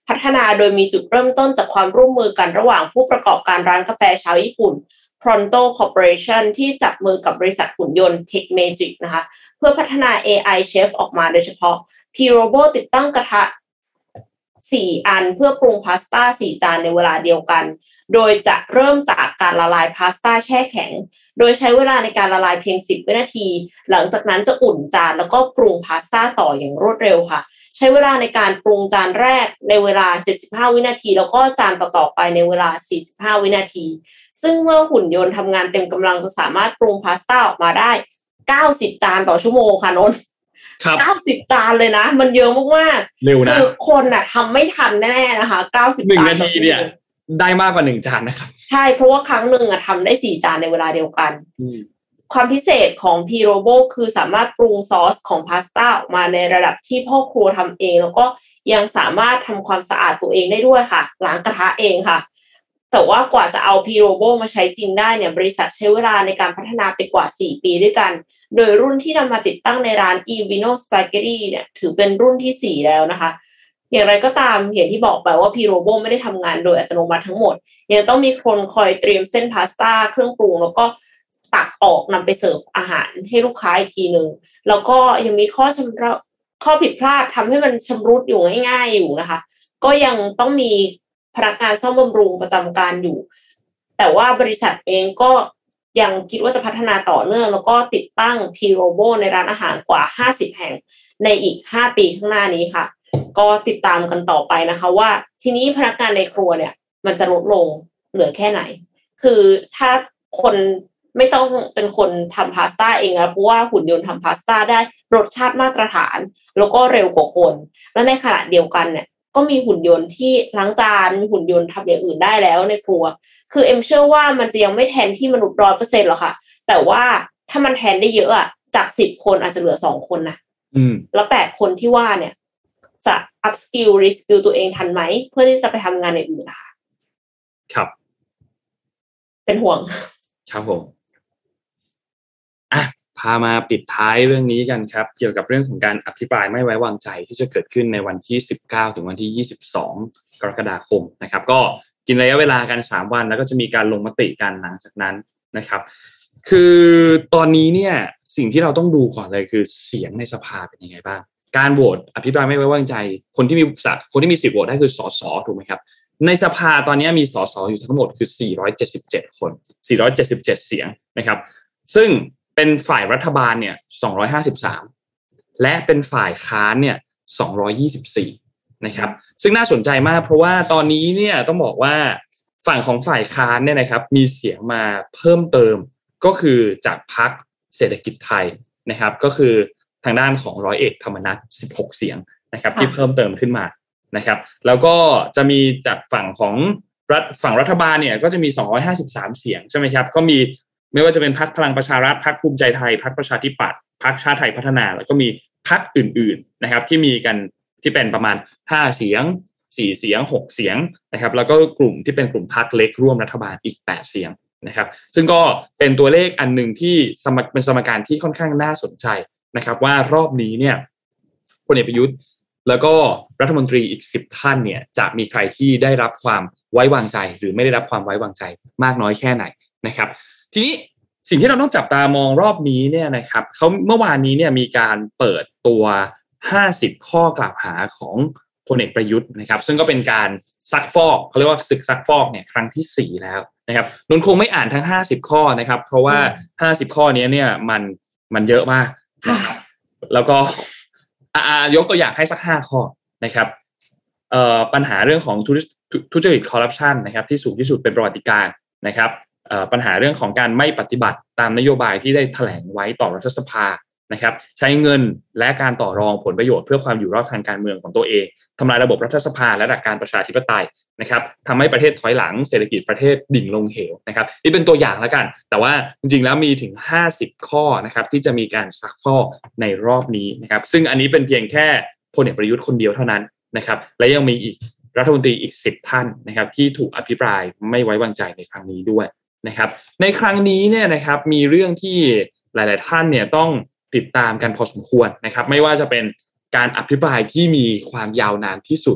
[SPEAKER 3] พัฒนาโดยมีจุดเริ่มต้นจากความร่วมมือกันระหว่างผู้ประกอบการร้านกาแฟชาวญี่ปุ่น Pronto Corporation ที่จับมือกับบริษัทหุ่นยนต์ TechMagic นะคะเพื่อพัฒนา เอ ไอ Chef ออกมาโดยเฉพาะ P-Robo ติดตั้งกระทะสี่อันเพื่อปรุงพาสต้าสี่จานในเวลาเดียวกันโดยจะเริ่มจากการละลายพาสต้าแช่แข็งโดยใช้เวลาในการละลายเพียงสิบวินาทีหลังจากนั้นจะอุ่นจานแล้วก็ปรุงพาสต้าต่ออย่างรวดเร็วค่ะใช้เวลาในการปรุงจานแรกในเวลาเจ็ดสิบห้าวินาทีแล้วก็จานต่อๆไปในเวลาสี่สิบห้าวินาทีซึ่งเมื่อหุ่นยนต์ทำงานเต็มกำลังจะสามารถปรุงพาสต้าออกมาได้เก้าสิบจานต่อชั่วโมงค่ะนนท์เก้าสิบจานเลยนะมันเยอะมากๆเร็วนะคือคนน่ะทำไม่ทันแน่ๆนะคะเก้าสิบจานหนึ่งนาทีเนี่ย
[SPEAKER 2] ได้มากกว่าหนึ่งจานนะครับ
[SPEAKER 3] ใช่เพราะว่าครั้งหนึ่งอ่ะทำได้สี่จานในเวลาเดียวกันความพิเศษของ P-Robo คือสามารถปรุงซอสของพาสต้าออกมาในระดับที่พ่อครัวทำเองแล้วก็ยังสามารถทำความสะอาดตัวเองได้ด้วยค่ะล้างกระทะเองค่ะแต่ว่ากว่าจะเอา P-Robo มาใช้จริงได้เนี่ยบริษัทใช้เวลาในการพัฒนาไปกว่าสี่ปีด้วยกันโดยรุ่นที่นำมาติดตั้งในร้าน Evino Spaghetti เนี่ยถือเป็นรุ่นที่สี่แล้วนะคะอย่างไรก็ตามอย่างที่บอกไปว่า P-Robo ไม่ได้ทำงานโดยอัตโนมัติทั้งหมดยังต้องมีคนคอยเตรียมเส้นพาสต้าเครื่องปรุงแล้วก็ตักออกนำไปเสิร์ฟอาหารให้ลูกค้าอีกทีนึงแล้วก็ยังมีข้อชำระข้อผิดพลาดทำให้มันชำรุดอยู่ง่ายๆอยู่นะคะก็ยังต้องมีพนักงานซ่อมบำรุงประจำการอยู่แต่ว่าบริษัทเองก็ยังคิดว่าจะพัฒนาต่อเนื่องแล้วก็ติดตั้ง P-Robo ในร้านอาหารกว่าห้าสิบแห่งในอีกห้าปีข้างหน้านี้ค่ะก็ติดตามกันต่อไปนะคะว่าทีนี้พนักงานในครัวเนี่ยมันจะลดลงเหลือแค่ไหนคือถ้าคนไม่ต้องเป็นคนทำพาสต้าเองนะเพราะว่าหุ่นยนต์ทำพาสต้าได้รสชาติมาตรฐานแล้วก็เร็วกว่าคนและในขณะเดียวกันเนี่ยก็มีหุ่นยนต์ที่ล้างจานมีหุ่นยนต์ทำอย่างอื่นได้แล้วในครัวคือเอ็มเชื่อว่ามันจะยังไม่แทนที่มนุษย์ ร้อยเปอร์เซ็นต์ หรอกค่ะแต่ว่าถ้ามันแทนได้เยอะอ่ะจากสิบคนอาจจะเหลือสองคนนะอืมแล้วแปดคนที่ว่าเนี่ยจะ up skill re skill ตัวเองทันไหมเพื่อที่จะไปทำงานในอื่นนะคะ
[SPEAKER 2] ครับ
[SPEAKER 3] เป็นห่วง
[SPEAKER 2] ครับผมอ่ะพามาปิดท้ายเรื่องนี้กันครับเกี่ยวกับเรื่องของการอภิปรายไม่ไว้วางใจที่จะเกิดขึ้นในวันที่สิบเก้าถึงวันที่ยี่สิบสองกรกฎาคมนะครับก็กินระยะเวลากันสามวันแล้วก็จะมีการลงมติกันหลังจากนั้นนะครับคือตอนนี้เนี่ยสิ่งที่เราต้องดูก่อนเลยคือเสียงในสภาเป็นยังไงบ้างการโหวตอภิปรายไม่ไว้วางใจคนที่มีสัตว์คนที่มีสิทธิ์โหวตได้คือสสถูกไหมครับในสภาตอนนี้มีสสอยู่ทั้งหมดคือสี่ร้อยเจ็ดสิบเจ็ดคนสี่ร้อยเจ็ดสิบเจ็ดเสียงนะครับซึ่งเป็นฝ่ายรัฐบาลเนี่ยสองร้อยห้าสิบสามและเป็นฝ่ายค้านเนี่ยสองร้อยยี่สิบสี่นะครับซึ่งน่าสนใจมากเพราะว่าตอนนี้เนี่ยต้องบอกว่าฝั่งของฝ่ายค้านเนี่ยนะครับมีเสียงมาเพิ่มเติมก็คือจากพรรคเศรษฐกิจไทยนะครับก็คือทางด้านของร้อยเอกธรรมนัสสิบหกเสียงนะครับที่เพิ่มเติมขึ้นมานะครับแล้วก็จะมีจากฝั่งของรัฐฝั่งรัฐบาลเนี่ยก็จะมีสองร้อยห้าสิบสามเสียงใช่ไหมครับก็มีไม่ว่าจะเป็นพรรคพลังประชารัฐพรรคภูมิใจไทยพรรคประชาธิปัตย์พรรคชาติไทยพัฒนาแล้วก็มีพรรคอื่นๆนะครับที่มีกันที่เป็นประมาณห้าเสียงสี่เสียงหกเสียงนะครับแล้วก็กลุ่มที่เป็นกลุ่มพรรคเล็กร่วมรัฐบาลอีกแปดเสียงนะครับซึ่งก็เป็นตัวเลขอันนึงที่สมเป็นสมการที่ค่อนข้างน่าสนใจนะครับว่ารอบนี้เนี่ยพลเอกประยุทธ์แล้วก็รัฐมนตรีอีกสิบท่านเนี่ยจะมีใครที่ได้รับความไว้วางใจหรือไม่ได้รับความไว้วางใจมากน้อยแค่ไหนนะครับทีนี้สิ่งที่เราต้องจับตามองรอบนี้เนี่ยนะครับเขาเมื่อวานนี้เนี่ยมีการเปิดตัวห้าสิบข้อกล่าวหาของพลเอกประยุทธ์นะครับซึ่งก็เป็นการซักฟอกเขาเรียกว่าศึกซักฟอกเนี่ยครั้งที่สี่แล้วนะครับนนคงไม่อ่านทั้งห้าสิบข้อนะครับเพราะว่าห้าสิบข้อนี้เนี่ยมันมันเยอะมากนะครับแล้วก็อ่ายกตัวอย่างให้สักห้าข้อนะครับเอ่อปัญหาเรื่องของทุจริตคอร์รัปชันนะครับที่สูงที่สุดเป็นประวัติการนะครับเอ่อปัญหาเรื่องของการไม่ปฏิบัติตามนโยบายที่ได้แถลงไว้ต่อรัฐสภานะครับใช้เงินและการต่อรองผลประโยชน์เพื่อความอยู่รอดทางการเมืองของตัวเองทำลายระบบรัฐสภาและหลักการประชาธิปไตยนะครับทำให้ประเทศถอยหลังเศรษฐกิจประเทศดิ่งลงเหวนะครับนี่เป็นตัวอย่างแล้วกันแต่ว่าจริงๆแล้วมีถึงห้าสิบข้อนะครับที่จะมีการซักฟอกในรอบนี้นะครับซึ่งอันนี้เป็นเพียงแค่พลเอกประยุทธ์คนเดียวเท่านั้นนะครับและยังมีอีกรัฐมนตรีอีกสิบท่านนะครับที่ถูกอภิปรายไม่ไว้วางใจในครั้งนี้ด้วยนะครับในครั้งนี้เนี่ยนะครับมีเรื่องที่หลายๆท่านเนี่ยต้องติดตามกันพอสมควรนะครับไม่ว่าจะเป็นการอภิปรายที่มีความยาวนานที่สุด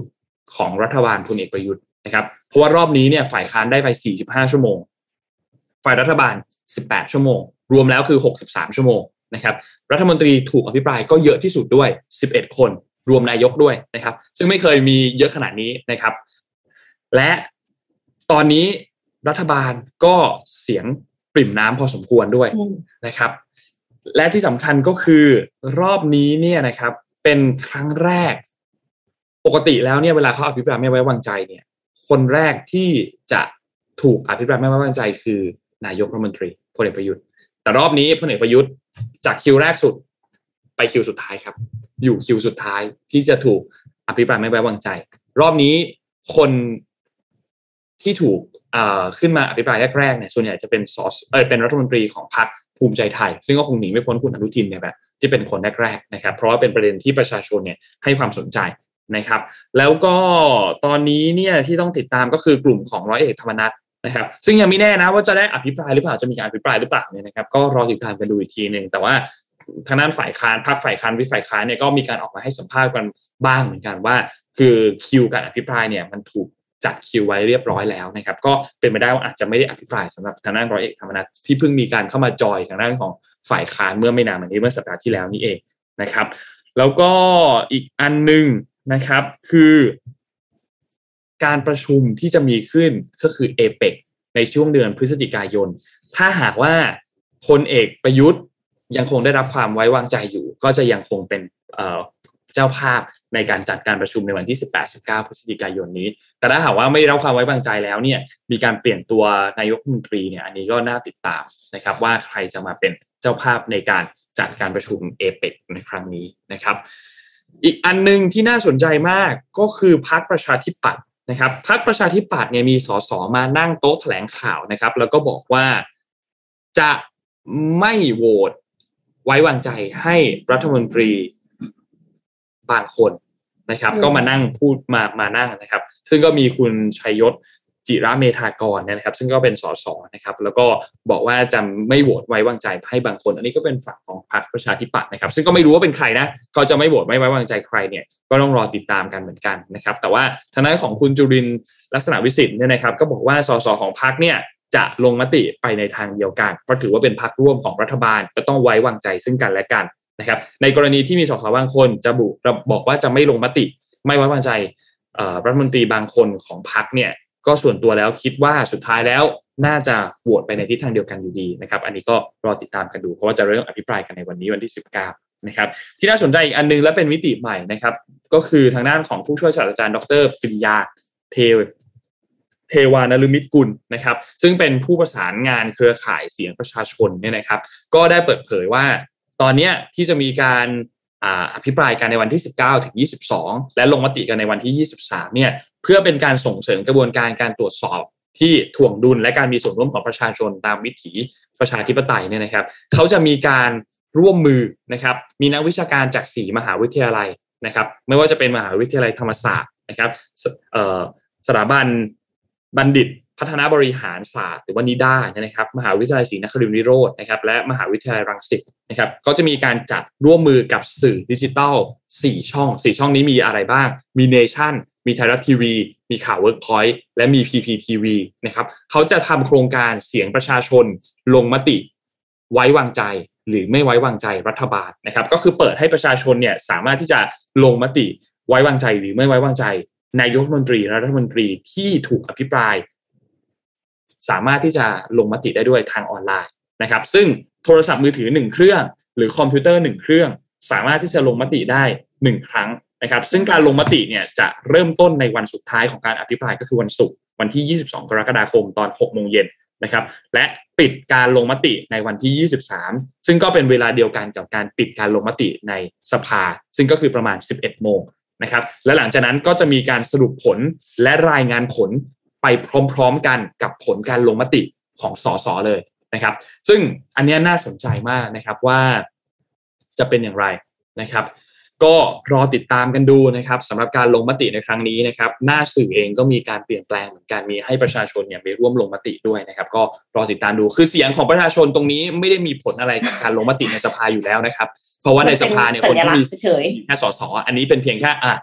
[SPEAKER 2] ของรัฐบาลพลเอกประยุทธ์นะครับเพราะว่ารอบนี้เนี่ยฝ่ายค้านได้ไปสี่สิบห้าชั่วโมงฝ่ายรัฐบาลสิบแปดชั่วโมงรวมแล้วคือหกสิบสามชั่วโมงนะครับรัฐมนตรีถูกอภิปรายก็เยอะที่สุดด้วยสิบเอ็ดคนรวมนายกด้วยนะครับซึ่งไม่เคยมีเยอะขนาดนี้นะครับและตอนนี้รัฐบาลก็เสียงปริ่มน้ำพอสมควรด้วยนะครับและที่สำคัญก็คือรอบนี้เนี่ยนะครับเป็นครั้งแรกปกติแล้วเนี่ยเวลาเขาอภิปรายไม่ไว้วางใจเนี่ยคนแรกที่จะถูกอภิปรายไม่ไว้วางใจคือนายกรัฐมนตรีพลเอกประยุทธ์แต่รอบนี้พลเอกประยุทธ์จากคิวแรกสุดไปคิวสุดท้ายครับอยู่คิวสุดท้ายที่จะถูกอภิปรายไม่ไว้วางใจรอบนี้คนที่ถูกขึ้นมาอภิปรายแรกๆเนี่ยส่วนใหญ่จะเป็นสสเออเป็นรัฐมนตรีของพรรคภูมิใจไทยซึ่งก็คงหนีไม่พ้นคุณอนุทินเนี่ยแบบที่เป็นคนแรกๆนะครับเพราะว่าเป็นประเด็นที่ประชาชนเนี่ยให้ความสนใจนะครับแล้วก็ตอนนี้เนี่ยที่ต้องติดตามก็คือกลุ่มของร้อยเอกธรรมนัสนะครับซึ่งยังไม่แน่นะว่าจะได้อภิปรายหรือเปล่าจะมีการอภิปรายหรือเปล่าเนี่ยนะครับก็รอติดตามกันดูอีกทีนึงแต่ว่าทางด้านฝ่ายค้านพรรคฝ่ายค้านวิฝ่ายค้านเนี่ยก็มีการออกมาให้สัมภาษณ์กันบ้างเหมือนกันว่าคือคิวการอภิปรายเนี่ยมันถูกจัดคิวไว้เรียบร้อยแล้วนะครับก็เป็นไปได้ว่าอาจจะไม่ได้อภิปรายสำหรับทางด้านร้อยเอกธรรมนัสที่เพิ่งมีการเข้ามาจอยทางด้านของฝ่ายค้านเมื่อไม่นานมานี้เมื่อสัปดาห์ที่แล้วนี่เองนะครับแล้วก็อีกอันนึงนะครับคือการประชุมที่จะมีขึ้นก็คือ เอ เปค ในช่วงเดือนพฤศจิกายนถ้าหากว่าพลเอกประยุทธ์ยังคงได้รับความไว้วางใจอยู่ก็จะยังคงเป็นเอ่อเจ้าภาพในการจัดการประชุมในวันที่สิบแปด สิบเก้าพฤศจิกายนนี้แต่ถ้าหากว่าไม่ได้รับความไว้วางใจแล้วเนี่ยมีการเปลี่ยนตัวนายกรัฐมนตรีเนี่ยอันนี้ก็น่าติดตามนะครับว่าใครจะมาเป็นเจ้าภาพในการจัดการประชุม เอ เปค ในครั้งนี้นะครับอีกอันนึงที่น่าสนใจมากก็คือพรรคประชาธิปัตย์นะครับพรรคประชาธิปัตย์เนี่ยมีสสมานั่งโต๊ะแถลงข่าวนะครับแล้วก็บอกว่าจะไม่โหวตไว้วางใจให้รัฐมนตรีบางคนนะครับก็มานั่งพูดมามานั่งนะครับซึ่งก็มีคุณชัยยศจิระเมธากรนะครับซึ่งก็เป็นสสนะครับแล้วก็บอกว่าจะไม่โหวตไว้วางใจให้บางคนอันนี้ก็เป็นฝั่งของพรรคประชาธิปัตย์นะครับซึ่งก็ไม่รู้ว่าเป็นใครนะเขาจะไม่โหวตไม่ไว้วางใจใครเนี่ยก็ต้องรอติดตามกันเหมือนกันนะครับแต่ว่าทางด้านของคุณจุรินทร์ลักษณะวิสิทธิ์เนี่ยนะครับก็บอกว่าสสของพรรคเนี่ยจะลงมติไปในทางเดียวกันเพราะถือว่าเป็นพรรคร่วมของรัฐบาลก็ต้องไว้วางใจซึ่งกันและกันนะครับในกรณีที่มีสสบางคนจะบอกว่าจะไม่ลงมติไม่ไว้วางใจรัฐมนตรีบางคนของพรรคเนี่ยก็ส่วนตัวแล้วคิดว่าสุดท้ายแล้วน่าจะโหวตไปในทิศทางเดียวกันอยู่ดีนะครับอันนี้ก็รอติดตามกันดูเพราะว่าจะเริ่มอภิปรายกันในวันนี้วันที่สิบเก้านะครับที่น่าสนใจอีกอันนึงและเป็นมิติใหม่นะครับก็คือทางด้านของผู้ช่วยศาสตราจารย์ดร.ปริญญาเทเทวานฤมิตกุลนะครับซึ่งเป็นผู้ประสานงานเครือข่ายเสียงประชาชนเนี่ยนะครับก็ได้เปิดเผยว่าตอนนี้ที่จะมีการอภิปรายกันในวันที่สิบเก้าถึงยี่สิบสองและลงมติกันในวันที่ยี่สิบสามเนี่ยเพื่อเป็นการส่งเสริมกระบวนการการตรวจสอบที่ถ่วงดุลและการมีส่วนร่วมของประชาชนตามวิถีประชาธิปไตยเนี่ยนะครับเขาจะมีการร่วมมือนะครับมีนักวิชาการจากสี่มหาวิทยาลัยนะครับไม่ว่าจะเป็นมหาวิทยาลัยธรรมศาสตร์นะครับสถาบันบัณฑิตพัฒนาบริหารศาสตร์หรือว่านิด้านะครับมหาวิทยาลัยศรีนครินทร์วิโรจน์นะครับและมหาวิทยาลัยรังสิตนะครับก็จะมีการจัดร่วมมือกับสื่อดิจิทัลสี่ช่องสี่ช่องนี้มีอะไรบ้างมี Nation มีไทยรัฐทีวีมีข่าว Workpoint และมี พี พี ที วี นะครับเขาจะทำโครงการเสียงประชาชนลงมติไว้วางใจหรือไม่ไว้วางใจรัฐบาลนะครับก็คือเปิดให้ประชาชนเนี่ยสามารถที่จะลงมติไว้วางใจหรือไม่ไว้วางใจนายกรัฐมนตรีและรัฐมนตรีที่ถูกอภิปรายสามารถที่จะลงมติได้ด้วยทางออนไลน์นะครับซึ่งโทรศัพท์มือถือหนึ่งเครื่องหรือคอมพิวเตอร์หนึ่งเครื่องสามารถที่จะลงมติได้หนึ่งครั้งนะครับซึ่งการลงมติเนี่ยจะเริ่มต้นในวันสุดท้ายของการอภิปรายก็คือวันศุกร์วันที่ยี่สิบสองกรกฎาคมตอน หกโมงเย็นนะครับและปิดการลงมติในวันที่ยี่สิบสามซึ่งก็เป็นเวลาเดียวกันกับการปิดการลงมติในสภาซึ่งก็คือประมาณ สิบเอ็ดโมงนะครับและหลังจากนั้นก็จะมีการสรุปผลและรายงานผลไปพร้อมๆกันกับผลการลงมติของสสเลยนะครับซึ่งอันนี้น่าสนใจมากนะครับว่าจะเป็นอย่างไรนะครับก็รอติดตามกันดูนะครับสำหรับการลงมติในครั้งนี้นะครับหน้าสื่อเองก็มีการเปลี่ยนแปลงเหมือนกันมีให้ประชาชนเนี่ยไปร่วมลงมติด้วยนะครับก็รอติดตามดูคือเสียงของประชาชนตรงนี้ไม่ได้มีผลอะไรกับการลงมติในสภาอยู่แล้วนะครับเพราะว่าในสภาเนี่ยคนที่มีแค่สสอันนี้เป็นเพียงแค่อ่ะ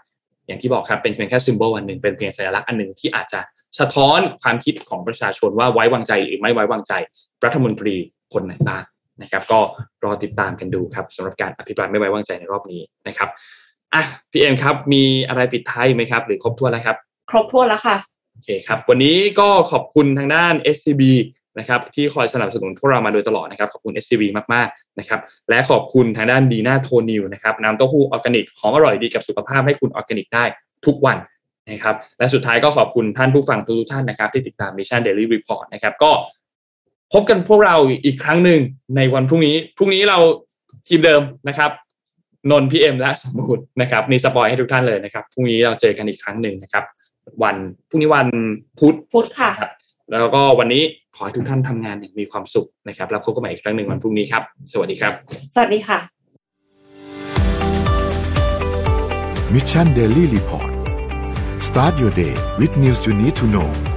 [SPEAKER 2] อย่างที่บอกครับเป็นเพียงแค่ซิมโบลอันหนึ่งเป็นเพียงสัญลักษณ์อันหนึ่งที่อาจจะสะท้อนความคิดของประชาชนว่าไว้วางใจหรือไม่ไว้วางใจรัฐมนตรีคนไหนบ้างนะครับก็รอติดตามกันดูครับสำหรับการอภิปรายไม่ไว้วางใจในรอบนี้นะครับอ่ะพี่เอ็มครับมีอะไรปิดท้ายไหมครับหรือครบถ้วนแล้วครับ
[SPEAKER 3] ครบถ้วนแล้วค่ะ
[SPEAKER 2] โอเคครับวันนี้ก็ขอบคุณทางด้าน เอส ซี บี นะครับที่คอยสนับสนุนพวกเรามาโดยตลอดนะครับขอบคุณ เอส ซี บี มากๆนะครับและขอบคุณทางด้านดีน่าโทนิวนะครับน้ำเต้าหู้ออร์แกนิกหอมอร่อยดีกับสุขภาพให้คุณออร์แกนิกได้ทุกวันนะครับและสุดท้ายก็ขอบคุณท่านผู้ฟังทุกท่านนะครับที่ติดตาม Mission Daily Report นะครับก็พบกันพวกเราอีกครั้งหนึ่งในวันพรุ่งนี้พรุ่งนี้เราทีมเดิมนะครับนนท์ พี เอ็ม และสมบูรณ์นะครับนี่สปอยให้ทุกท่านเลยนะครับพรุ่งนี้เราเจอกันอีกครั้งหนึ่งนะครับวันพรุ่งนี้วันพุธ
[SPEAKER 3] พุธค่ะ
[SPEAKER 2] แล้วก็วันนี้ขอให้ทุกท่านทำงานอย่างมีความสุขนะครับแล้วพบกันใหม่อีกครั้งหนึ่งวันพรุ่งนี้ครับสวัสดีครับ
[SPEAKER 3] สวัสดีค่ะ
[SPEAKER 1] Mission Daily Report Start your day with news you need to know